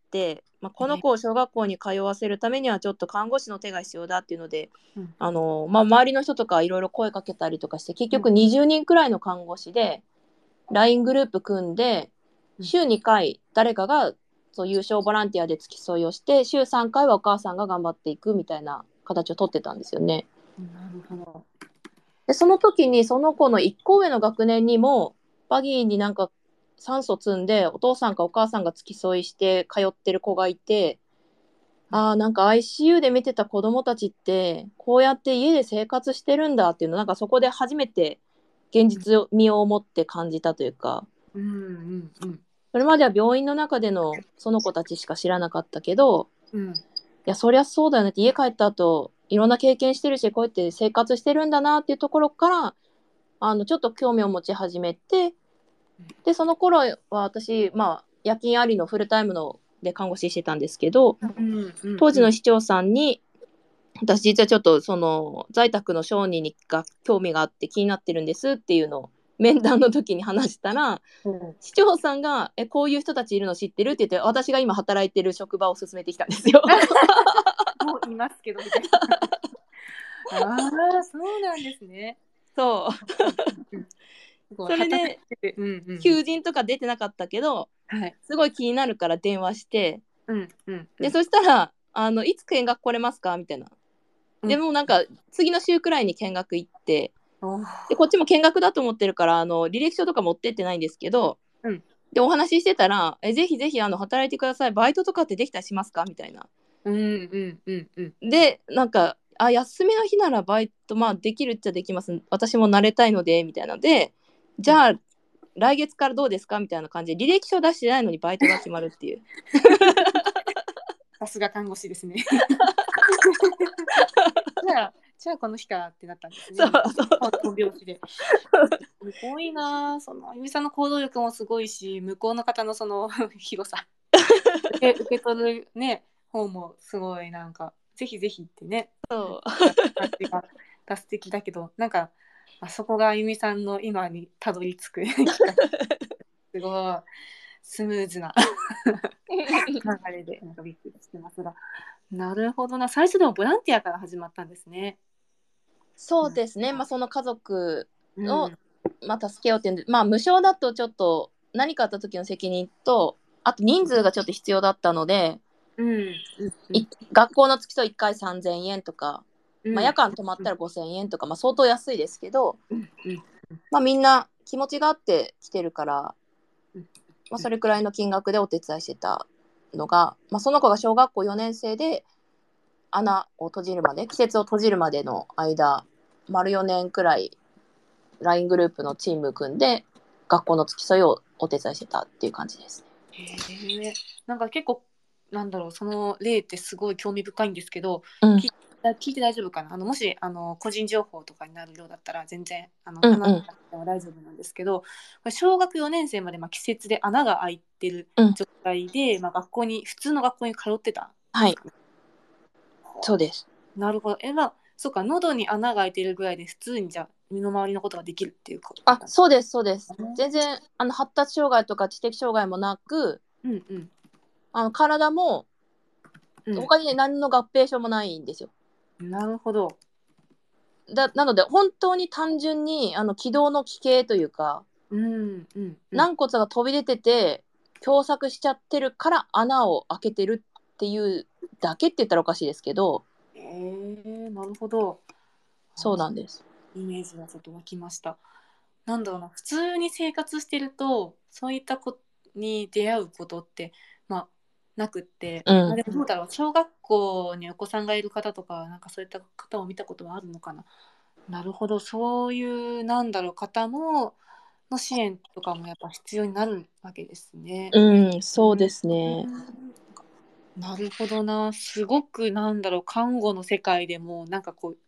この子を小学校に通わせるためにはちょっと看護師の手が必要だっていうので、周りの人とかいろいろ声かけたりとかして結局20人くらいの看護師で LINE グループ組んで、週2回誰かがそう有償ボランティアで付き添いをして週3回はお母さんが頑張っていくみたいな形をとってたんですよね。 なるほど。 でその時にその子の1個上の学年にもバギーになんか酸素積んでお父さんかお母さんが付き添いして通ってる子がいて、なんか ICU で見てた子どもたちってこうやって家で生活してるんだっていうのなんかそこで初めて現実味を持って感じたというか、それまでは病院の中でのその子たちしか知らなかったけど、いやそりゃそうだよねって、家帰った後いろんな経験してるしこうやって生活してるんだなっていうところからちょっと興味を持ち始めて、でその頃は私、夜勤ありのフルタイムので看護師してたんですけど、当時の市長さんに私実はちょっとその在宅の小児が興味があって気になってるんですっていうのを面談の時に話したら、市長さんがこういう人たちいるの知ってるって言って私が今働いてる職場を勧めてきたんですよ。 もういますけどみたいな。そうなんですね。 そうそれで、求人とか出てなかったけど、すごい気になるから電話して、でそしたらいつ見学来れますかみたいな。でもなんか次の週くらいに見学行って、でこっちも見学だと思ってるから履歴書とか持ってってないんですけど、でお話ししてたらぜひぜひ働いてください、バイトとかってできたりしますかみたいな。でなんか休みの日ならバイトできるっちゃできます、私も慣れたいのでみたいなので、じゃあ来月からどうですかみたいな感じで履歴書出してないのにバイトが決まるっていう。 さすが看護師ですね。じゃあこの日かってなったんですね。本拍子で。すごいな。そのあゆみさんの行動力もすごいし、向こうの方のその広さ受け取るね方もすごいなんかぜひぜひってね。素敵だけど、なんかあそこがあゆみさんの今にたどり着く。すごい。 スムーズな流れでなんかびっくりしてますが、なるほどな。最初でもボランティアから始まったんですね。 そうですね、まあ、その家族を、 うん、 まあ、助けようっていうんで、まあ、無償だとちょっと何かあった時の責任と、あと人数がちょっと必要だったので、 うん、うん、うん、 学校の付き添い1回3000円とか、まあ、夜うん、 間泊まったら5000円とか、まあ、相当安いですけど、 うん、うん、 まあ、みんな気持ちがあって来てるから、 うん、 まあ、それくらいの金額でお手伝いしてたのが、まあ、その子が小学校4年生で穴を閉じるまで、季節を閉じるまでの間、丸4年くらい LINE グループのチーム組んで学校の付き添いをお手伝いしてたっていう感じですね。 へえ、なんか結構なんだろう、その例ってすごい興味深いんですけど、 うん聞いて大丈夫かな。もし個人情報とかになるようだったら全然話しうんうんなくても大丈夫なんですけど、これ小学4年生まで季節で穴が開いてるうん状態で、学校に普通の学校に通ってたんはいですかね。 そうです。 なるほど。そうか、喉に穴が開いてるぐらいで普通にじゃあ身の回りのことができるっていうことだったんですそうですそうです。 かね。 全然発達障害とか知的障害もなく、 うんうん体もう他にね何の合併症もないんですよ。 ん。なるほど。 なので本当に単純に気道の奇形というか、 うんうんうん。 軟骨が飛び出てて狭窄しちゃってるから穴を開けてるっていうだけって言ったらおかしいですけど、 なるほど。 そうなんです。 イメージがちょっと湧きました。なんだろうな、普通に生活してると、そういった子に出会うことって、なくって、 うんでもどうだろう、小学校にお子さんがいる方とか、なんかそういった方を見たことはあるのかな。なるほど、そういう、なんだろう、方の支援とかもやっぱ必要になるわけですね。 うん、 うん、 そうですね。 なるほどな。すごくなんだろう、看護の世界でもなんかこう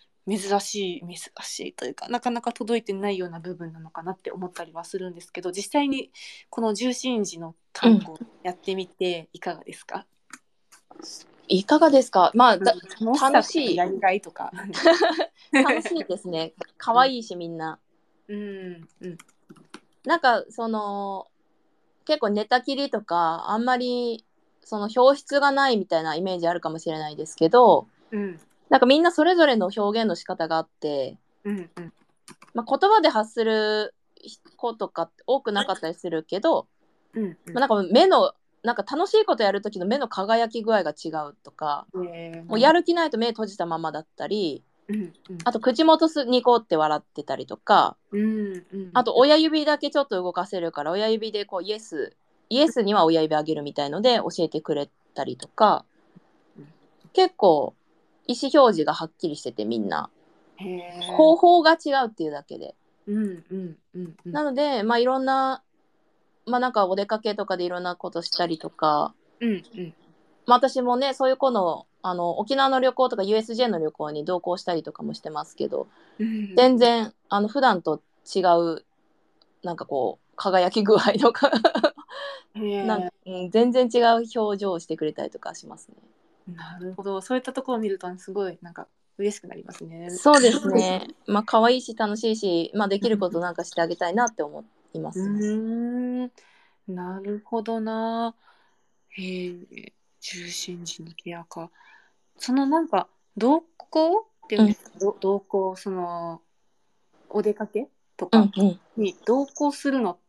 珍しいというか、なかなか届いてないような部分なのかなって思ったりはするんですけど、実際にこの重心時の看護やってみていかがですか？ いかがですか？まあ楽しさとか楽しいやりがいとか。 楽しいですね。可愛いしみんな。 うんうんなんか結構寝たきりとかあんまりその表出がないみたいなイメージあるかもしれないですけど、 うんなんかみんなそれぞれの表現の仕方があって、 うんうんまあ、言葉で発する子とかって多くなかったりするけど、 うんなんかなんか楽しいことやる時の目の輝き具合が違うとか、もうやる気ないと目閉じたままだったり、 うんあと口元にこうって笑ってたりとか、 うんうんあと親指だけちょっと動かせるから親指でこうイエスには親指あげるみたいので教えてくれたりとか、結構意思表示がはっきりしてて、みんなへえ。 方法が違うっていうだけで、 うんうんうんうんなのでまあいろんな、まあなんかお出かけとかでいろんなことしたりとか、 うんうんまあ、私もねそういう子の沖縄の旅行とか USJ の旅行に同行したりとかもしてますけど、 うん全然普段と違うなんかこう輝き具合とかへえ。 全然違う表情をしてくれたりとかしますね。 なるほど。そういったところを見るとすごいなんか嬉しくなりますね。 そうですね。まあ可愛いし楽しいし、まあできることなんかしてあげたいなって思いまうす。 ーん、なるほどな。へえ、重心時のケアか。そのなんか、同行っていうんうんですか、同行、お出かけとかうんうんに同行するのって、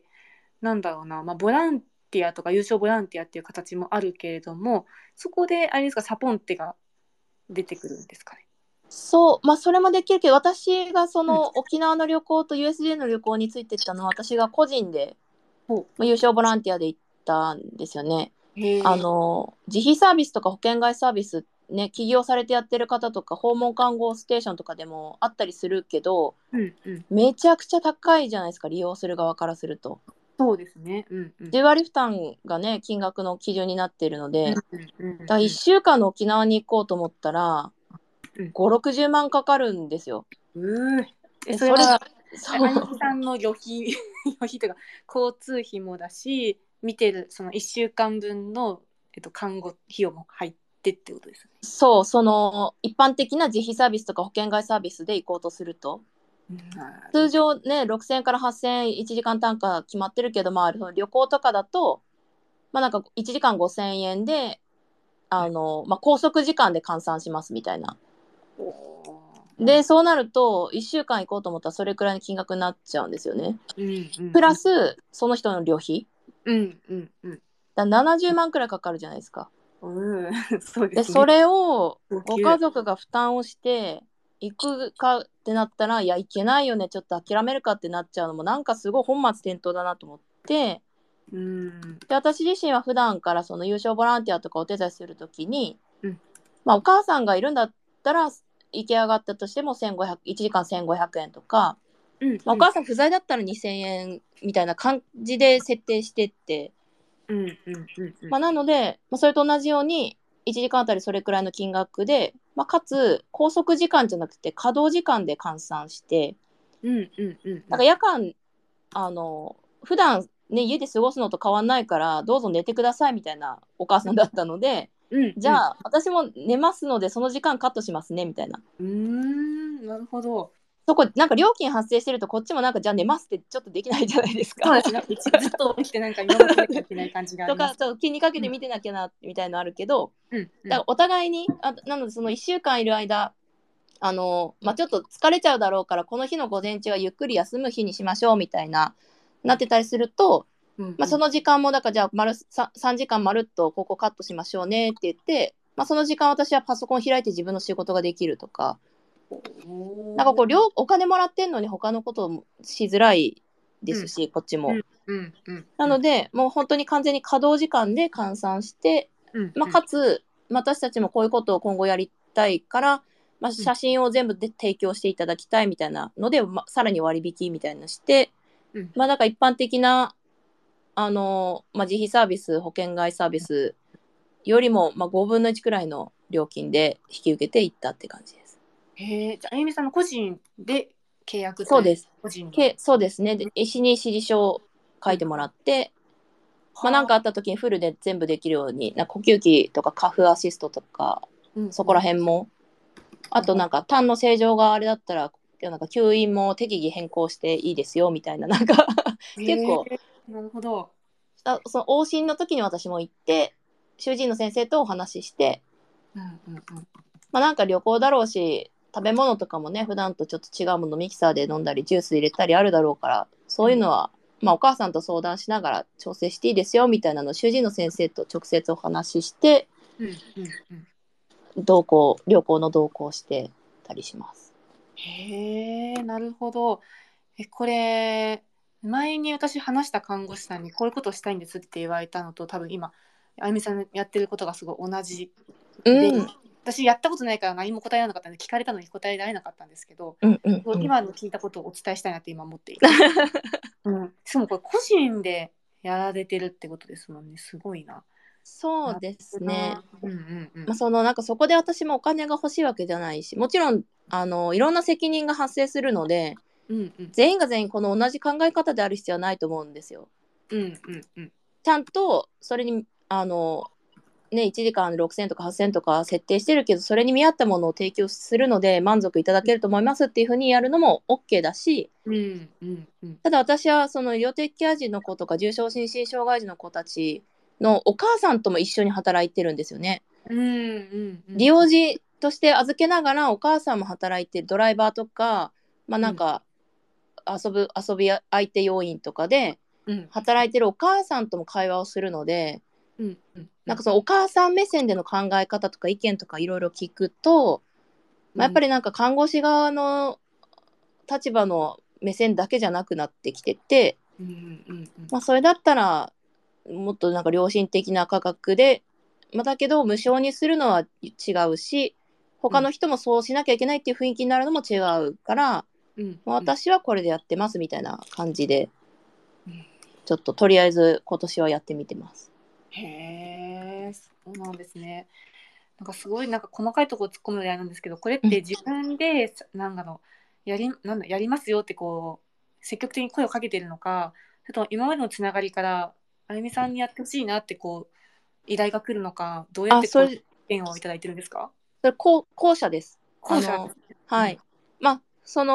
なんだろうな、ボランティアとか有償ボランティアっていう形もあるけれども、そこで、あれですか、サポンテが出てくるんですかね。 そう、まあそれもできるけど、私がそうん。 の沖縄の旅行と USJ の旅行についてったのは、私が個人で、 ほまあ、有償ボランティアで行ったんですよね。 う。へえ。 自費サービスとか保険外サービスね、起業されてやってる方とか、訪問看護ステーションとかでもあったりするけど、 うんうん。 めちゃくちゃ高いじゃないですか、利用する側からすると。 そうですね。うんうん。 10割負担がね、金額の基準になっているので、 うんうんうんだから1週間の沖縄に行こうと思ったら、 うん。 5、60万かかるんですよ。で、それ、 それは、 そう、 あゆみさんの旅費、旅費というか、交通費もだし、見てる、その1週間分の、看護費用も入ってってことですね。 そう、一般的な自費サービスとか保険外サービスで行こうとすると。 通常ね、6000円から8000円1時間単価決まってるけど、まあ、その旅行とかだと、まあなんか1時間5000円で、まあ、拘束時間で換算しますみたいな。で、そうなると、1週間行こうと思ったらそれくらいの金額になっちゃうんですよね。プラス、その人の旅費。だ70万くらいかかるじゃないですか。 そうでで、 すね。 それをご高級。 家族が負担をして行くかってなったら、いや、行けないよね、ちょっと諦めるかってなっちゃうのも、なんかすごい本末転倒だなと思って、で、私自身は普段からその優勝ボランティアとかお手伝いするときに、まあ、お母さんがいるんだったら、行き上がったとしても1500、1時間1500円とか、まあ、お母さん不在だったら2000円みたいな感じで設定してって、まあ、なので、まあ、それと同じように1時間あたりそれくらいの金額で、まあ、かつ拘束時間じゃなくて稼働時間で換算して、だから夜間普段ね家で過ごすのと変わんないからどうぞ寝てくださいみたいなお母さんだったので、じゃあ私も寝ますのでその時間カットしますねみたいな。 なるほど。 そこなんか料金発生してるとこっちもなんかじゃあ寝ますってちょっとできないじゃないですか。 そうですね。ずっと起きてなんか見守ってなきゃいけない感じがあとります。 かちょっと気にかけて見てなきゃなみたいなのあるけど、 だからお互いになのでその1週間いる間まあ、ちょっと疲れちゃうだろうからこの日の午前中はゆっくり休む日にしましょうみたいなってたりすると、まあ、その時間もだからじゃあ3時間まるっとここカットしましょうねって言って、まあ、その時間私はパソコン開いて自分の仕事ができるとか、なんかこうお金もらってんのに他のこともしづらいですし、こっちも。なのでもう本当に完全に稼働時間で換算して、まあ、かつ私たちもこういうことを今後やりたいから、まあ、写真を全部で提供していただきたいみたいなので、まあ、さらに割引みたいなして、まあ、だから一般的なまあ、自費サービス保険外サービスよりも、まあ、5分の1くらいの料金で引き受けていったって感じです。 へえ、じゃあ、あゆみさんの個人で契約という。 そうです。 個人そうですね。で、医師に指示書を書いてもらって、まあ、なんかあった時にフルで全部できるように、なんか呼吸器とかカフアシストとか、そこら辺も、あとなんか痰の正常があれだったら、なんか吸引も適宜変更していいですよみたいな、なんか結構、 なるほど。 その往診の時に私も行って、主治医の先生とお話しして、まあ、なんか旅行だろうし、食べ物とかもね、普段とちょっと違うものミキサーで飲んだり、ジュース入れたりあるだろうから、そういうのは、まあ、お母さんと相談しながら調整していいですよみたいなのを主治医の先生と直接お話しして、旅行の同行してたりします。 へえ、なるほど。これ、前に私話した看護師さんにこういうことをしたいんですって言われたのと、多分今、あゆみさんのやってることがすごい同じで、私やったことないから何も答えられなかったので、聞かれたのに答えられなかったんですけど、今の聞いたことをお伝えしたいなって今思っていて。しかもこれ個人でやられてるってことですもんね。すごいな。 そうですね。まあ、なんかそこで私もお金が欲しいわけじゃないし、もちろんいろんな責任が発生するので、全員が全員この同じ考え方である必要はないと思うんですよ。ちゃんとそれにね、1時間6000とか8000とか設定してるけど、それに見合ったものを提供するので満足いただけると思いますっていうふうにやるのも OK だし、ただ私はその医療的ケア児の子とか重症心身障害児の子たちのお母さんとも一緒に働いてるんですよね。利用児として預けながらお母さんも働いてるドライバーとか、まあ、なんか遊び相手要員とかで働いてるお母さんとも会話をするので、なんかそのお母さん目線での考え方とか意見とかいろいろ聞くと、まあ、やっぱりなんか看護師側の立場の目線だけじゃなくなってきてて、まあ、それだったらもっとなんか良心的な価格で、まあ、だけど無償にするのは違うし、他の人もそうしなきゃいけないっていう雰囲気になるのも違うから、私はこれでやってますみたいな感じで、ちょっととりあえず今年はやってみてます。 へえ、そうなんですね。なんかすごいなんか細かいところ突っ込むのであれなんですけど、これって自分でなんだろう、やりますよってこう積極的に声をかけてるのか、それとも今までのつながりからあゆみさんにやってほしいなってこう依頼が来るのか、どうやってこう意見をいただいてるんですか？ それ後者です。 後者です。 はい。まあ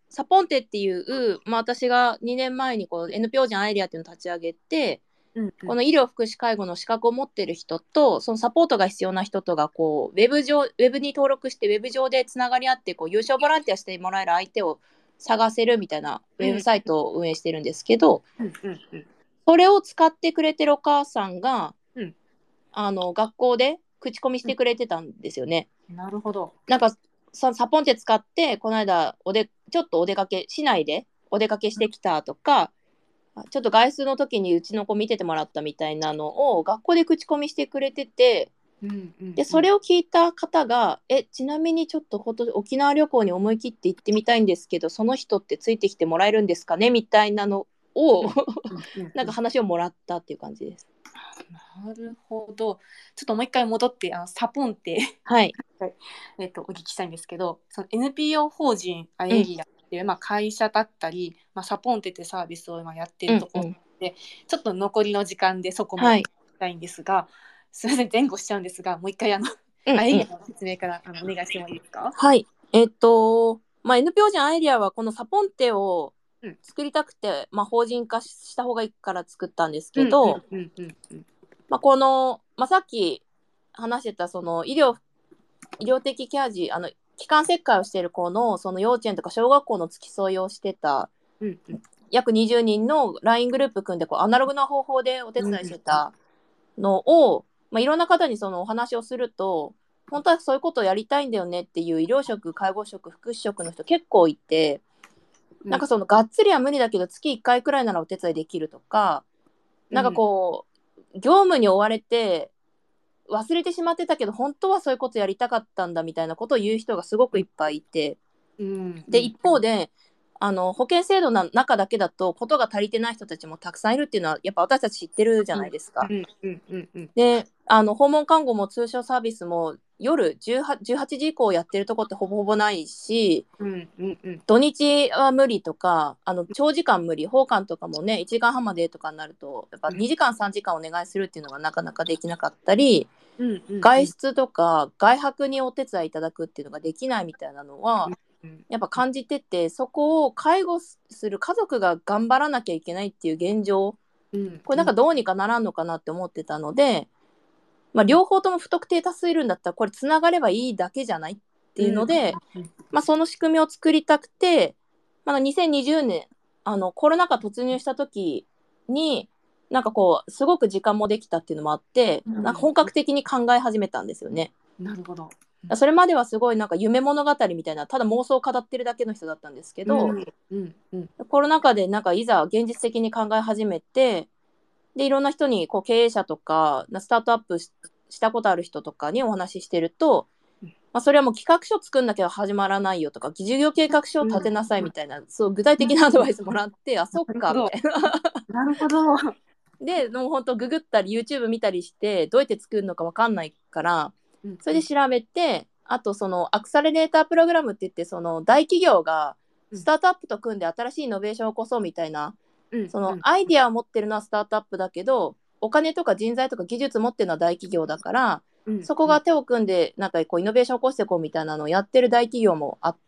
サポンテっていう、私が2年前にこう NPO 人アイデアっていうのを立ち上げて、この医療福祉介護の資格を持っている人とそのサポートが必要な人とがこうウェブに登録してウェブ上でつながり合ってこう有償ボランティアしてもらえる相手を探せるみたいなウェブサイトを運営してるんですけど、それを使ってくれてるお母さんが、学校で口コミしてくれてたんですよね。 なるほど。 なんかサポンテ使ってこの間ちょっとお出かけ市内でお出かけしてきたとか、ちょっと外出の時にうちの子見ててもらったみたいなのを学校で口コミしてくれてて、でそれを聞いた方がちなみにちょっと沖縄旅行に思い切って行ってみたいんですけどその人ってついてきてもらえるんですかねみたいなのをなんか話をもらったっていう感じです。 なるほど。ちょっともう一回戻ってサポンテ、 はいお聞きしたいんですけど、その NPO 法人アエリアっていう、会社だったり、サポンテってサービスを今やってるところで、ちょっと残りの時間でそこも聞きたいんですが、すみません前後しちゃうんですが、もう一回アエリアの説明からお願いしてもいいですか？ はい。NPO 人アイデアはこのサポンテを作りたくて、法人化した方がいいから作ったんですけど、この、さっき話してたその医療的ケア児気管切開をしている子のその幼稚園とか小学校の付き添いをしてた、約20人の LINE グループ組んでこうアナログな方法でお手伝いしてたのを、いろんな方にそのお話をすると本当はそういうことをやりたいんだよねっていう医療職介護職福祉職の人結構いて、なんかそのがっつりは無理だけど月1回くらいならお手伝いできるとか、なんかこう業務に追われて忘れてしまってたけど本当はそういうことやりたかったんだみたいなことを言う人がすごくいっぱいいて、で一方で保険制度の中だけだとことが足りてない人たちもたくさんいるっていうのはやっぱ私たち知ってるじゃないですか。で訪問看護も通所サービスも夜18時以降やってるとこってほぼほぼないし、土日は無理とか長時間無理訪韓とかもね1時間半までとかになるとやっぱ2時間3時間お願いするっていうのがなかなかできなかったり、外出とか外泊にお手伝いいただくっていうのができないみたいなのはやっぱ感じてて、そこを介護する家族が頑張らなきゃいけないっていう現状、これなんかどうにかならんのかなって思ってたので、両方とも不特定多数いるんだったらこれつながればいいだけじゃないっていうので、その仕組みを作りたくて、2020年コロナ禍突入した時になんかこうすごく時間もできたっていうのもあって、なんか本格的に考え始めたんですよね。 なるほど。 それまではすごいなんか夢物語みたいなただ妄想を語ってるだけの人だったんですけど、コロナ禍でなんかいざ現実的に考え始めて、でいろんな人にこう経営者とかスタートアップしたことある人とかにお話ししてると、それはもう企画書作んなきゃ始まらないよとか事業計画書を立てなさいみたいな、そう具体的なアドバイスもらってあそっかみたいな。なるほど。 でもう本当ググったり YouTube 見たりしてどうやって作るのか分かんないから、それで調べて、あとそのアクセラレータープログラムって言ってその大企業がスタートアップと組んで新しいイノベーションを起こそうみたいな、そのアイディアを持ってるのはスタートアップだけどお金とか人材とか技術持ってるのは大企業だから、そこが手を組んでなんかこうイノベーションを起こしていこうみたいなのをやってる大企業もあって、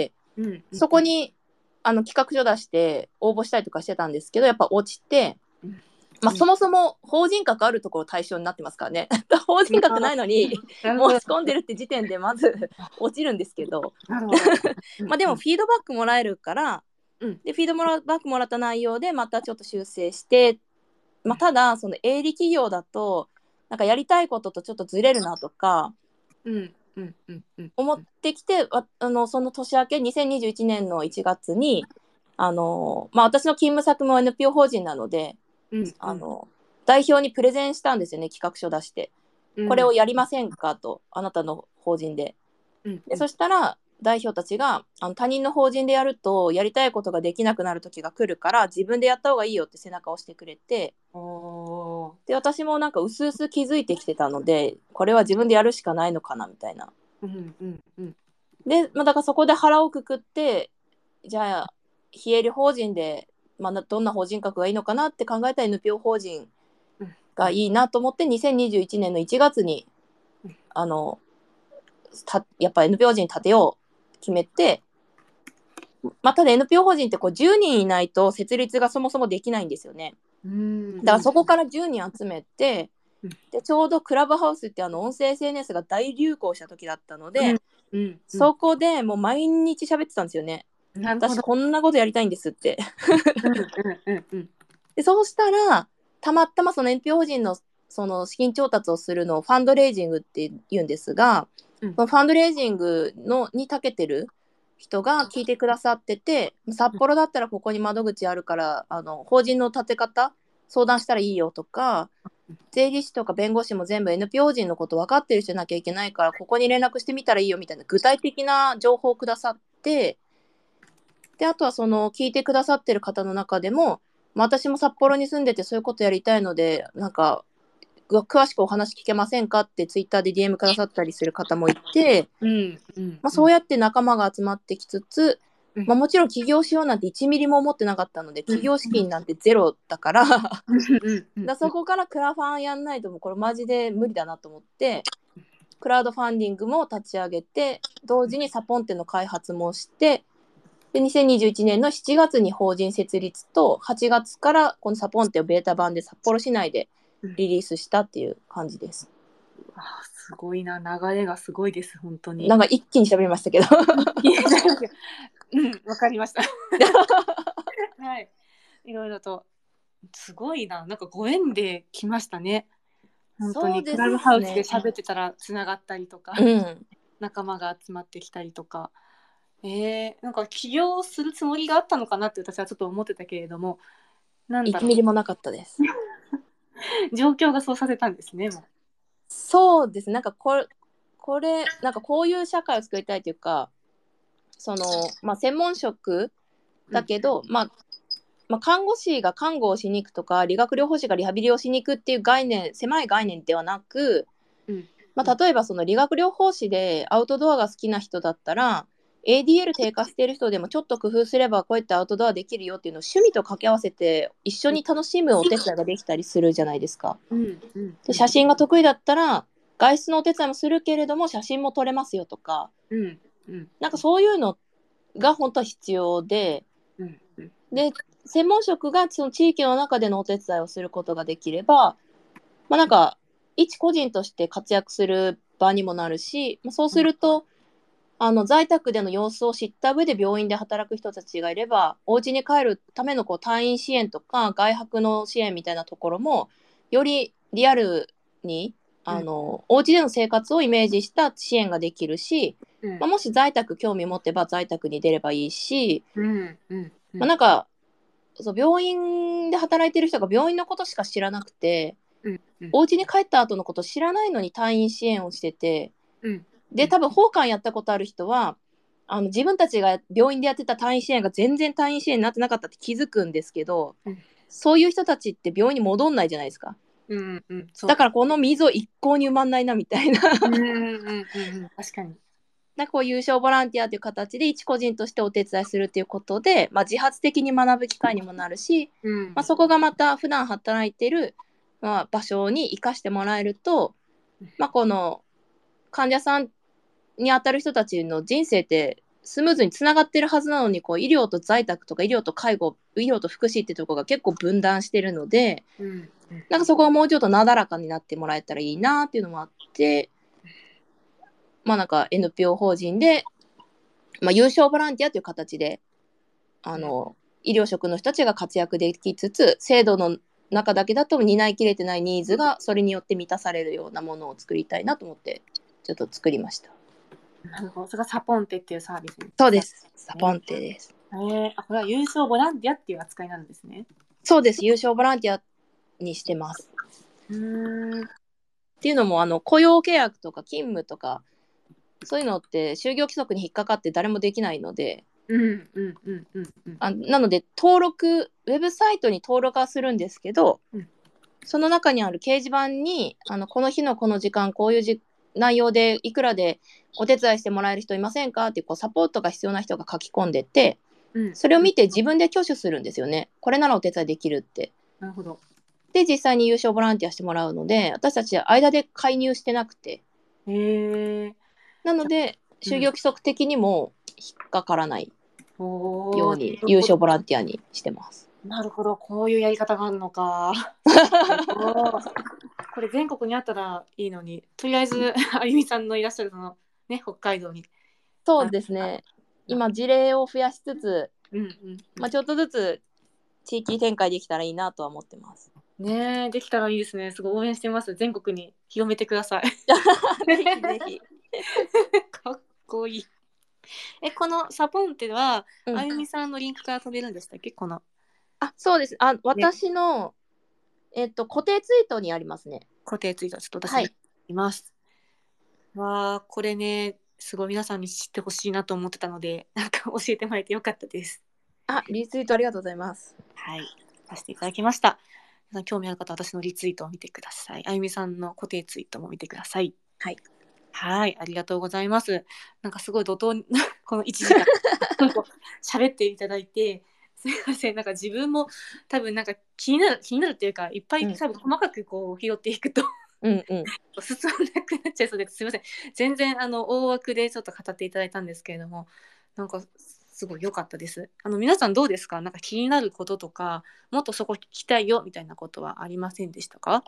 そこに企画書出して応募したりとかしてたんですけどやっぱ落ちて、そもそも法人格あるところ対象になってますからね法人格ないのに申し込んでるって時点でまず落ちるんですけどでもフィードバックもらえるから、でフィードバックもらった内容でまたちょっと修正して、ただその営利企業だとなんかやりたいこととちょっとずれるなとか思ってきて、その年明け2021年の1月に私の勤務先も NPO 法人なので代表にプレゼンしたんですよね。企画書出して、これをやりませんかと、あなたの法人で。そしたら代表たちが他人の法人でやるとやりたいことができなくなる時が来るから自分でやった方がいいよって背中を押してくれて、で私もなんかうすうす気づいてきてたのでこれは自分でやるしかないのかなみたいな。で、だからそこで腹をくくってじゃあ非営利法人でどんな法人格がいいのかなって考えた NPO 法人がいいなと思って2021年の1月にやっぱ NPO 法人立てよう決めて、 まあ、ただ NPO 法人ってこう10人いないと設立がそもそもできないんですよね。だからそこから10人集めて、でちょうどクラブハウスって音声 SNS が大流行した時だったので、そこでもう毎日喋ってたんですよね。私こんなことやりたいんですってでそうしたらたまたまその NPO 法人のその資金調達をするのをファンドレイジングって言うんですが、そのファンドレイジングに長けてる人が聞いてくださってて、札幌だったらここに窓口あるから法人の立て方相談したらいいよとか、税理士とか弁護士も全部 NPO 法人のこと分かってる人じゃなきゃいけないからここに連絡してみたらいいよみたいな具体的な情報をくださって、であとはその聞いてくださってる方の中でも、私も札幌に住んでてそういうことやりたいのでなんか詳しくお話聞けませんかってツイッターで DM くださったりする方もいて、そうやって仲間が集まってきつつ、もちろん起業しようなんて1ミリも思ってなかったので、起業資金なんてゼロだからそこからクラファンやんないともうこれマジで無理だなと思って、クラウドファンディングも立ち上げて、同時にサポンテの開発もして、で2021年の7月に法人設立と、8月からこのサポンテをベータ版で札幌市内でリリースしたっていう感じです。 すごいな、流れがすごいです本当に。 なんか一気に喋りましたけどわかりましたはい、いろいろとすごいな、なんかご縁で来ましたね本当に。クラブハウスで喋ってたらつながったりとか、仲間が集まってきたりとか、なんか起業するつもりがあったのかなって私はちょっと思ってたけれども、なんだろう、 1ミリもなかったです状況がそうさせたんですね。もうそうです。なんかこれなんかこういう社会を作りたいというか、その専門職だけど、看護師が看護をしに行くとか、理学療法士がリハビリをしに行くっていう概念、狭い概念ではなく、例えばその理学療法士でアウトドアが好きな人だったら、ADL 低下している人でもちょっと工夫すればこうやってアウトドアできるよっていうのを趣味と掛け合わせて一緒に楽しむお手伝いができたりするじゃないですか。で写真が得意だったら外出のお手伝いもするけれども写真も撮れますよとか、なんかそういうのが本当は必要で、で専門職がその地域の中でのお手伝いをすることができれば、なんか一個人として活躍する場にもなるし、そうすると、在宅での様子を知った上で病院で働く人たちがいれば、お家に帰るための退院支援とか外泊の支援みたいなところもよりリアルにお家での生活をイメージした支援ができるし、もし在宅興味持ってば在宅に出ればいいし、なんかそう病院で働いてる人が病院のことしか知らなくて、お家に帰った後のこと知らないのに退院支援をしてて、で多分訪韓やったことある人は自分たちが病院でやってた退院支援が全然退院支援になってなかったって気づくんですけど、そういう人たちって病院に戻んないじゃないですか。だからこの溝一向に埋まんないなみたいな確かに。 こう有償ボランティアという形で一個人としてお手伝いするっていうことで、自発的に学ぶ機会にもなるし、そこがまた普段働いてる、場所に生かしてもらえると、この患者さんに当たる人たちの人生ってスムーズにつながってるはずなのに、こう医療と在宅とか医療と介護、医療と福祉ってところが結構分断してるので、なんかそこがもうちょっとなだらかになってもらえたらいいなっていうのもあって、なんか NPO 法人で、有償ボランティアという形で医療職の人たちが活躍できつつ、制度の中だけだと担いきれてないニーズがそれによって満たされるようなものを作りたいなと思ってちょっと作りました。 なるほど、それがサポンテっていうサービス、 そうです、サポンテです。 これは有償ボランティアっていう扱いなんですね。 そうです、有償ボランティアにしてます。っていうのも雇用契約とか勤務とかそういうのって就業規則に引っかかって誰もできないので、なので登録ウェブサイトに登録はするんですけど、その中にある掲示板にこの日のこの時間こういう内容でいくらでお手伝いしてもらえる人いませんかってこうサポートが必要な人が書き込んでて、それを見て自分で挙手するんですよね。これならお手伝いできるって。 なるほど。 で実際に有償ボランティアしてもらうので、私たち間で介入してなくて、なので就業規則的にも引っかからない。 おー、 ように優勝ボランティアにしてます。 なるほど、こういうやり方があるのか。おー、これ全国にあったらいいのに、とりあえずあゆみさんのいらっしゃるそのね北海道に。 そうですね。今事例を増やしつつ、 うんうんまあ、ちょっとずつ地域展開できたらいいなとは思ってます。 ねえ、できたらいいですね。すごい応援してます。全国に広めてください。 ぜひぜひ。 かっこいい。このサポンテは、 うん、 あゆみさんのリンクから飛べるんでしたっけ、この。 そうです。 ね、 私の、固定ツイートにありますね。 固定ツイート、ちょっと私見はい。 います。わあ、これね、すごい皆さんに知ってほしいなと思ってたので、なんか教えてもらえてよかったです。 リツイートありがとうございます。 はい、させていただきました。皆さん興味ある方は私のリツイートを見てください。あゆみさんの固定ツイートも見てください。 はい。 はい、ありがとうございます。なんかすごい怒涛にこの1時間喋っていただいて、すみません。なんか自分も多分なんか気になるっていうか、いっぱい多分細かくこう拾っていくとうんうん。 進まなくなっちゃいそうです。すみません。全然大枠でちょっと語っていただいたんですけれども、なんかすごい良かったです。皆さんどうですか？なんか気になることとか、もっとそこ聞きたいよみたいなことはありませんでしたか？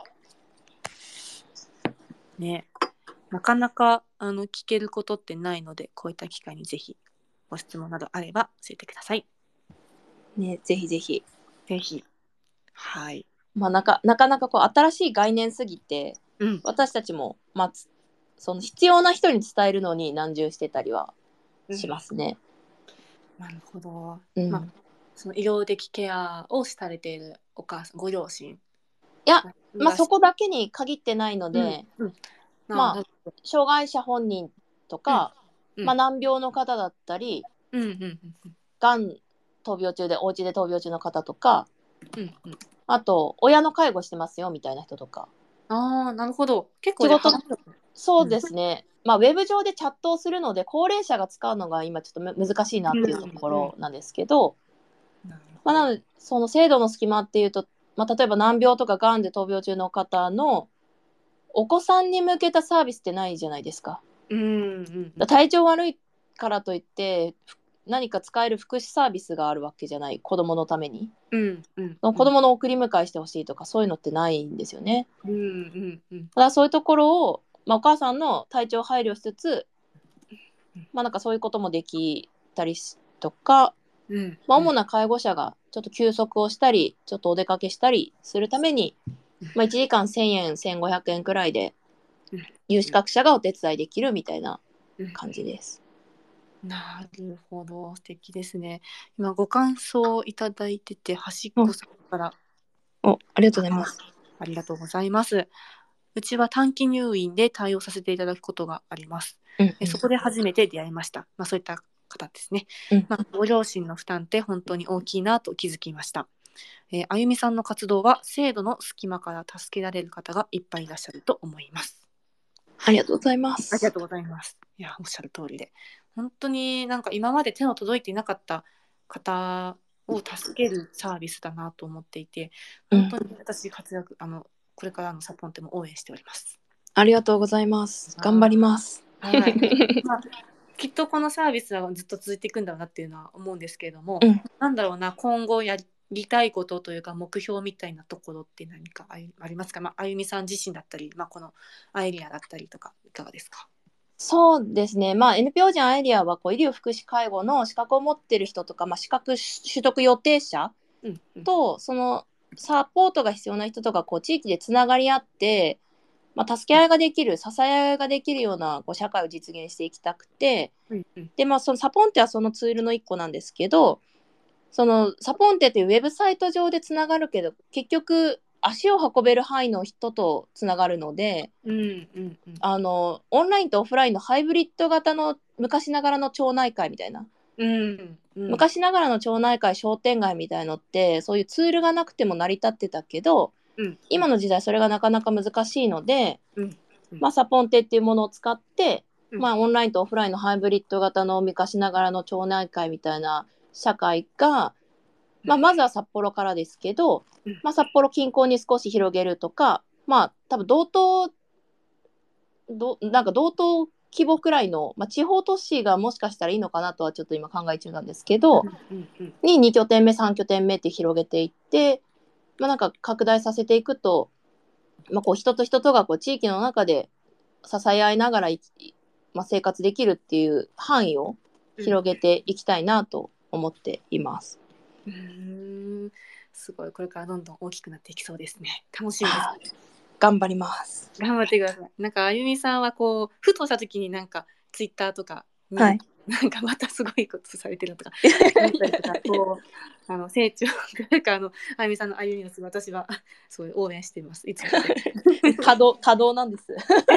ね。なかなか聞けることってないので、こういった機会にぜひご質問などあれば教えてください。 ね、ぜひぜひ。 ぜひ。はい。 まあ、なかなかこう新しい概念すぎて、 うん。 私たちも、まあ、その必要な人に伝えるのに難渋してたりはしますね。 なるほど。 うん、 まあ、その医療的ケアをされているお母さん、ご両親いや、まあ、 がそこだけに限ってないのうんで、 うん。なまあ、 るほど。 障害者本人とか、 うんまあ、難病の方だったり、 うんうんがん闘病中でお家で闘病中の方とか、 うんうん。 あと親の介護してますよみたいな人とか、 ああ、なるほど。結構仕事、 じゃあ幅広く。 そうですね、まあ、ウェブ上でチャットをするので高齢者が使うのが今ちょっと難しいなっていうところなんですけど、 なるまあ、 ほど。 なのでその制度の隙間っていうと、まあ、例えば難病とかがんで闘病中の方のお子さんに向けたサービスってないじゃないですか。 うんうんうん。 体調悪いからといって何か使える福祉サービスがあるわけじゃない、子供のために。 うんうん子供の送り迎えしてほしいとかそういうのってないんですよね。 うんうんうん。 だからそういうところを、まあ、お母さんの体調を配慮しつつ、まあ、なんかそういうこともできたりとか、 うんまあ、主な介護者がちょっと休息をしたりちょっとお出かけしたりするために、まあ、1時間1000円1500円くらいで有資格者がお手伝いできるみたいな感じです。 なるほど、素敵ですね。今ご感想いただいてて、端っこさんから、 ありがとうございます。 ありがとうございます。うちは短期入院で対応させていただくことがあります。そこで初めて出会いました。まあ、そういった方ですね。まあ、ご両親の負担って本当に大きいなと気づきました。あゆみさんの活動は制度の隙間から助けられる方がいっぱいいらっしゃると思います。 ありがとうございます。 ありがとうございます。いや、おっしゃる通りで。本当になんか今まで手の届いていなかった方を助けるサービスだなと思っていて、本当に私活躍、これからのサポンテも応援しております。 ありがとうございます。頑張ります。 はい。まあ、きっとこのサービスはずっと続いていくんだろうなっていうのは思うんですけれども、なんだろうな、今後やりたいことというか目標みたいなところって何かありますか？まあ、あゆみさん自身だったり、まあ、このアイディアだったりとかいかがですか？ そうですね、まあ、NPO ジャンアイデアはこう医療福祉介護の資格を持っている人とか、まあ、資格取得予定者と、そのサポートが必要な人とかこう地域でつながり合って、まあ、助け合いができる、支え合いができるようなこう社会を実現していきたくて、で、まあ、そのサポンテはそのツールの一個なんですけど、そのサポンテというウェブサイト上でつながるけど結局足を運べる範囲の人とつながるので、オンラインとオフラインのハイブリッド型の昔ながらの町内会みたいな、昔ながらの町内会商店街みたいのってそういうツールがなくても成り立ってたけど、今の時代それがなかなか難しいので、まあ、サポンテっていうものを使って、まあ、オンラインとオフラインのハイブリッド型の昔ながらの町内会みたいな社会が、まあ、まずは札幌からですけど、まあ、札幌近郊に少し広げるとか、まあ、多分なんか同等規模くらいの、地方都市がもしかしたらいいのかなとはちょっと今考え中なんですけうど、 んうんうんに2拠点目3拠点目って広げていって、なんか拡大させていくと、こう人と人とがこう地域の中で支え合いながら生活できるっていう範囲を広げていきたいなと思っています。 すごい、これからどんどん大きくなっていきそうですね。楽しみです。 頑張ります。 頑張ってください。なんかあゆみさんはこうふとした時になんかツイッターとか見ると、なんかまたすごいことされてるとか思ったりとか、こう成長なんかあゆみさんの歩みを私はすごい応援しています。いつも多動なんです。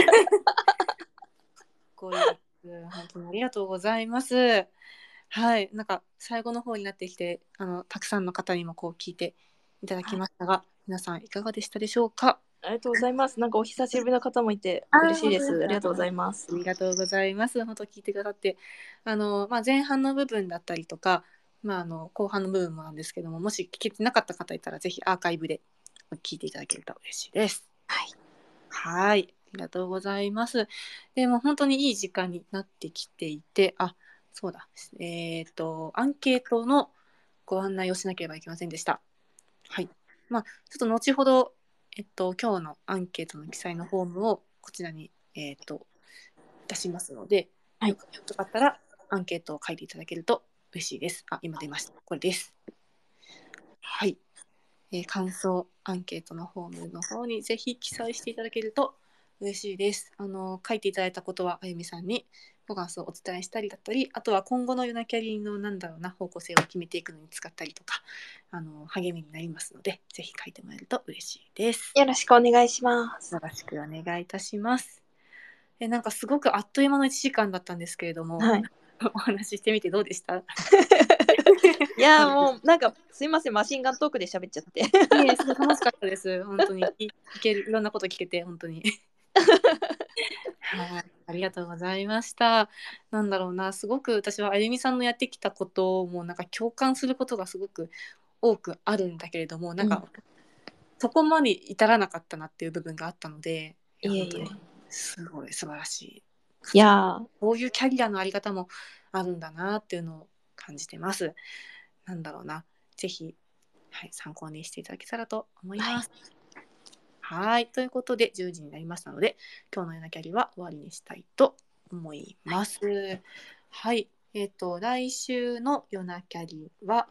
こういう本当にありがとうございます。はい、なんか最後の方になってきてたくさんの方にもこう聞いていただきましたが、皆さんいかがでしたでしょうか。 ありがとうございます。なんかお久しぶりの方もいて嬉しいです。ありがとうございます。 ありがとうございます。本当聞いてくださって前半の部分だったりとか、後半の部分もなんですけども、もし聞けてなかった方いたらぜひアーカイブで聞いていただけると嬉しいです。はい、ありがとうございます。でも本当にいい時間になってきていて、そうだ、アンケートのご案内をしなければいけませんでした。はい。ちょっと後ほど、今日のアンケートの記載のフォームをこちらに、出しますので、よかったらアンケートを書いていただけると嬉しいです。今出ました。これです。はい。感想アンケートのフォームの方にぜひ記載していただけると嬉しいです。書いていただいたことはあゆみさんにご感想をお伝えしたりだったり、あとは今後のユナキャリの方向性を決めていくのに使ったりとか、励みになりますので、ぜひ書いてもらえると嬉しいです。 よろしくお願いします。 よろしくお願いいたします。なんかすごくあっという間の1時間だったんですけれども、お話ししてみてどうでした？ いやもうなんかすいません、マシンガントークで喋っちゃって。 すごい楽しかったです。本当にいろんなこと聞けて本当に。はい、ありがとうございました。なんだろうな、すごく私はあゆみさんのやってきたこともなんか共感することがすごく多くあるんだけれども、なんか、そこまで至らなかったなっていう部分があったので、本当にすごい素晴らしい。 いやこういうキャリアのあり方もあるんだなっていうのを感じてます。なんだろうな、ぜひ、参考にしていただけたらと思います。はい、ということで10時になりましたので、今日のようなキャリは終わりにしたいと思います。はい、来週のよなキャリは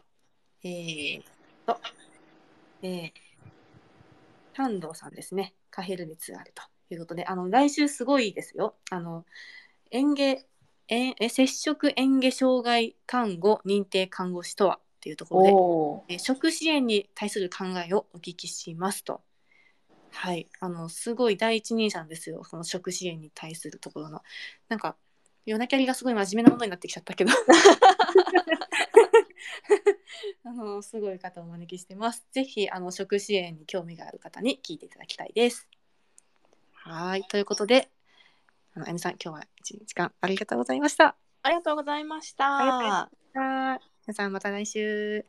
丹道さんですね。カヘル熱があるということで、来週すごいですよ。接触嚥下障害看護認定看護師とはっていうところで、食支援に対する考えをお聞きしますと。はい、すごい第一人者なんですよ。その食支援に対するところの。なんか夜なキャリがすごい真面目なものになってきちゃったけどすごい方をお招きしてます。ぜひ食支援に興味がある方に聞いていただきたいです。はい、ということで、あゆみさん、今日は1時間ありがとうございました。 ありがとうございました。 皆さんまた来週。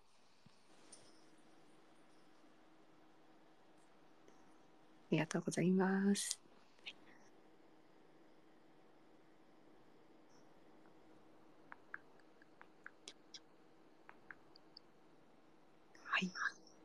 ありがとうございます。はい。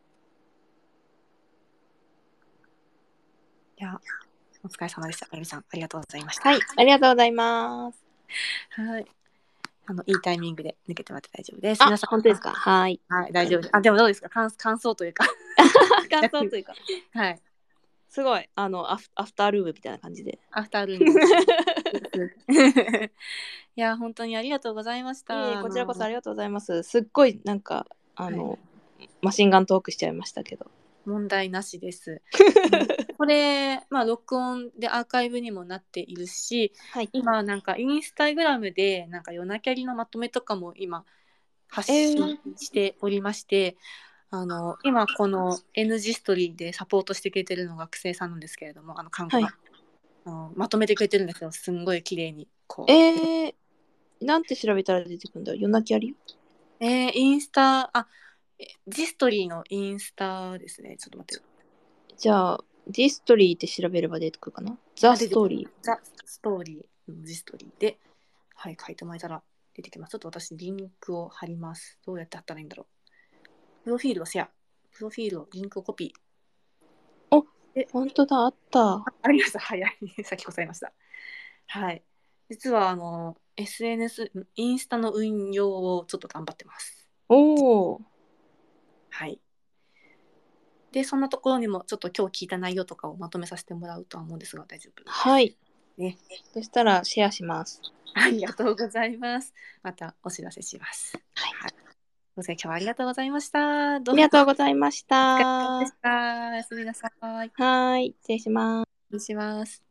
では、お疲れ様でした。あゆみさん、ありがとうございました。 はい、ありがとうございます。 はい。いいタイミングで抜けてもらって大丈夫です。 皆さん、本当ですか？はい。 はい、大丈夫です。でもどうですか？感想というか。 感想というか。 はい。 すごい、アフタールームみたいな感じで。 アフタールーム。いや、本当にありがとうございました。 こちらこそありがとうございます。すっごいなんかマシンガントークしちゃいましたけど。 問題なしです。これ、録音でアーカイブにもなっているし、今なんかインスタグラムでなんか夜なキャリのまとめとかも今発信しておりまして、今この N ジストリーでサポートしてくれてるのが学生さんなんですけれども、看護が、まとめてくれてるんですよ。すんごい綺麗にこう。 なんて調べたら出てくるんだ？夜なキャリ？ インスタ、ジストリーのインスタですね。ちょっと待って。 じゃあ、ジストリーって調べれば出てくるかな？ザストーリー。 ザストーリージストリーで、はい、書いてもらえたら出てきます。ちょっと私リンクを貼ります。どうやって貼ったらいいんだろう。プロフィールをシェア。プロフィールをリンクをコピー。 本当だ、あった。 ありました。早い。先ございました。はい。実はSNS、インスタの運用をちょっと頑張ってます。 おお。 はい。で、そんなところにもちょっと今日聞いた内容とかをまとめさせてもらうとは思うんですが、大丈夫です。 はい。 ね。 そしたらシェアします。 ありがとうございます。またお知らせします。 はい。 はい。ご清聴ありがとうございました。 ありがとうございましお疲れ様でた。 した。おやすみなさい。 はい。失礼します。 失礼します。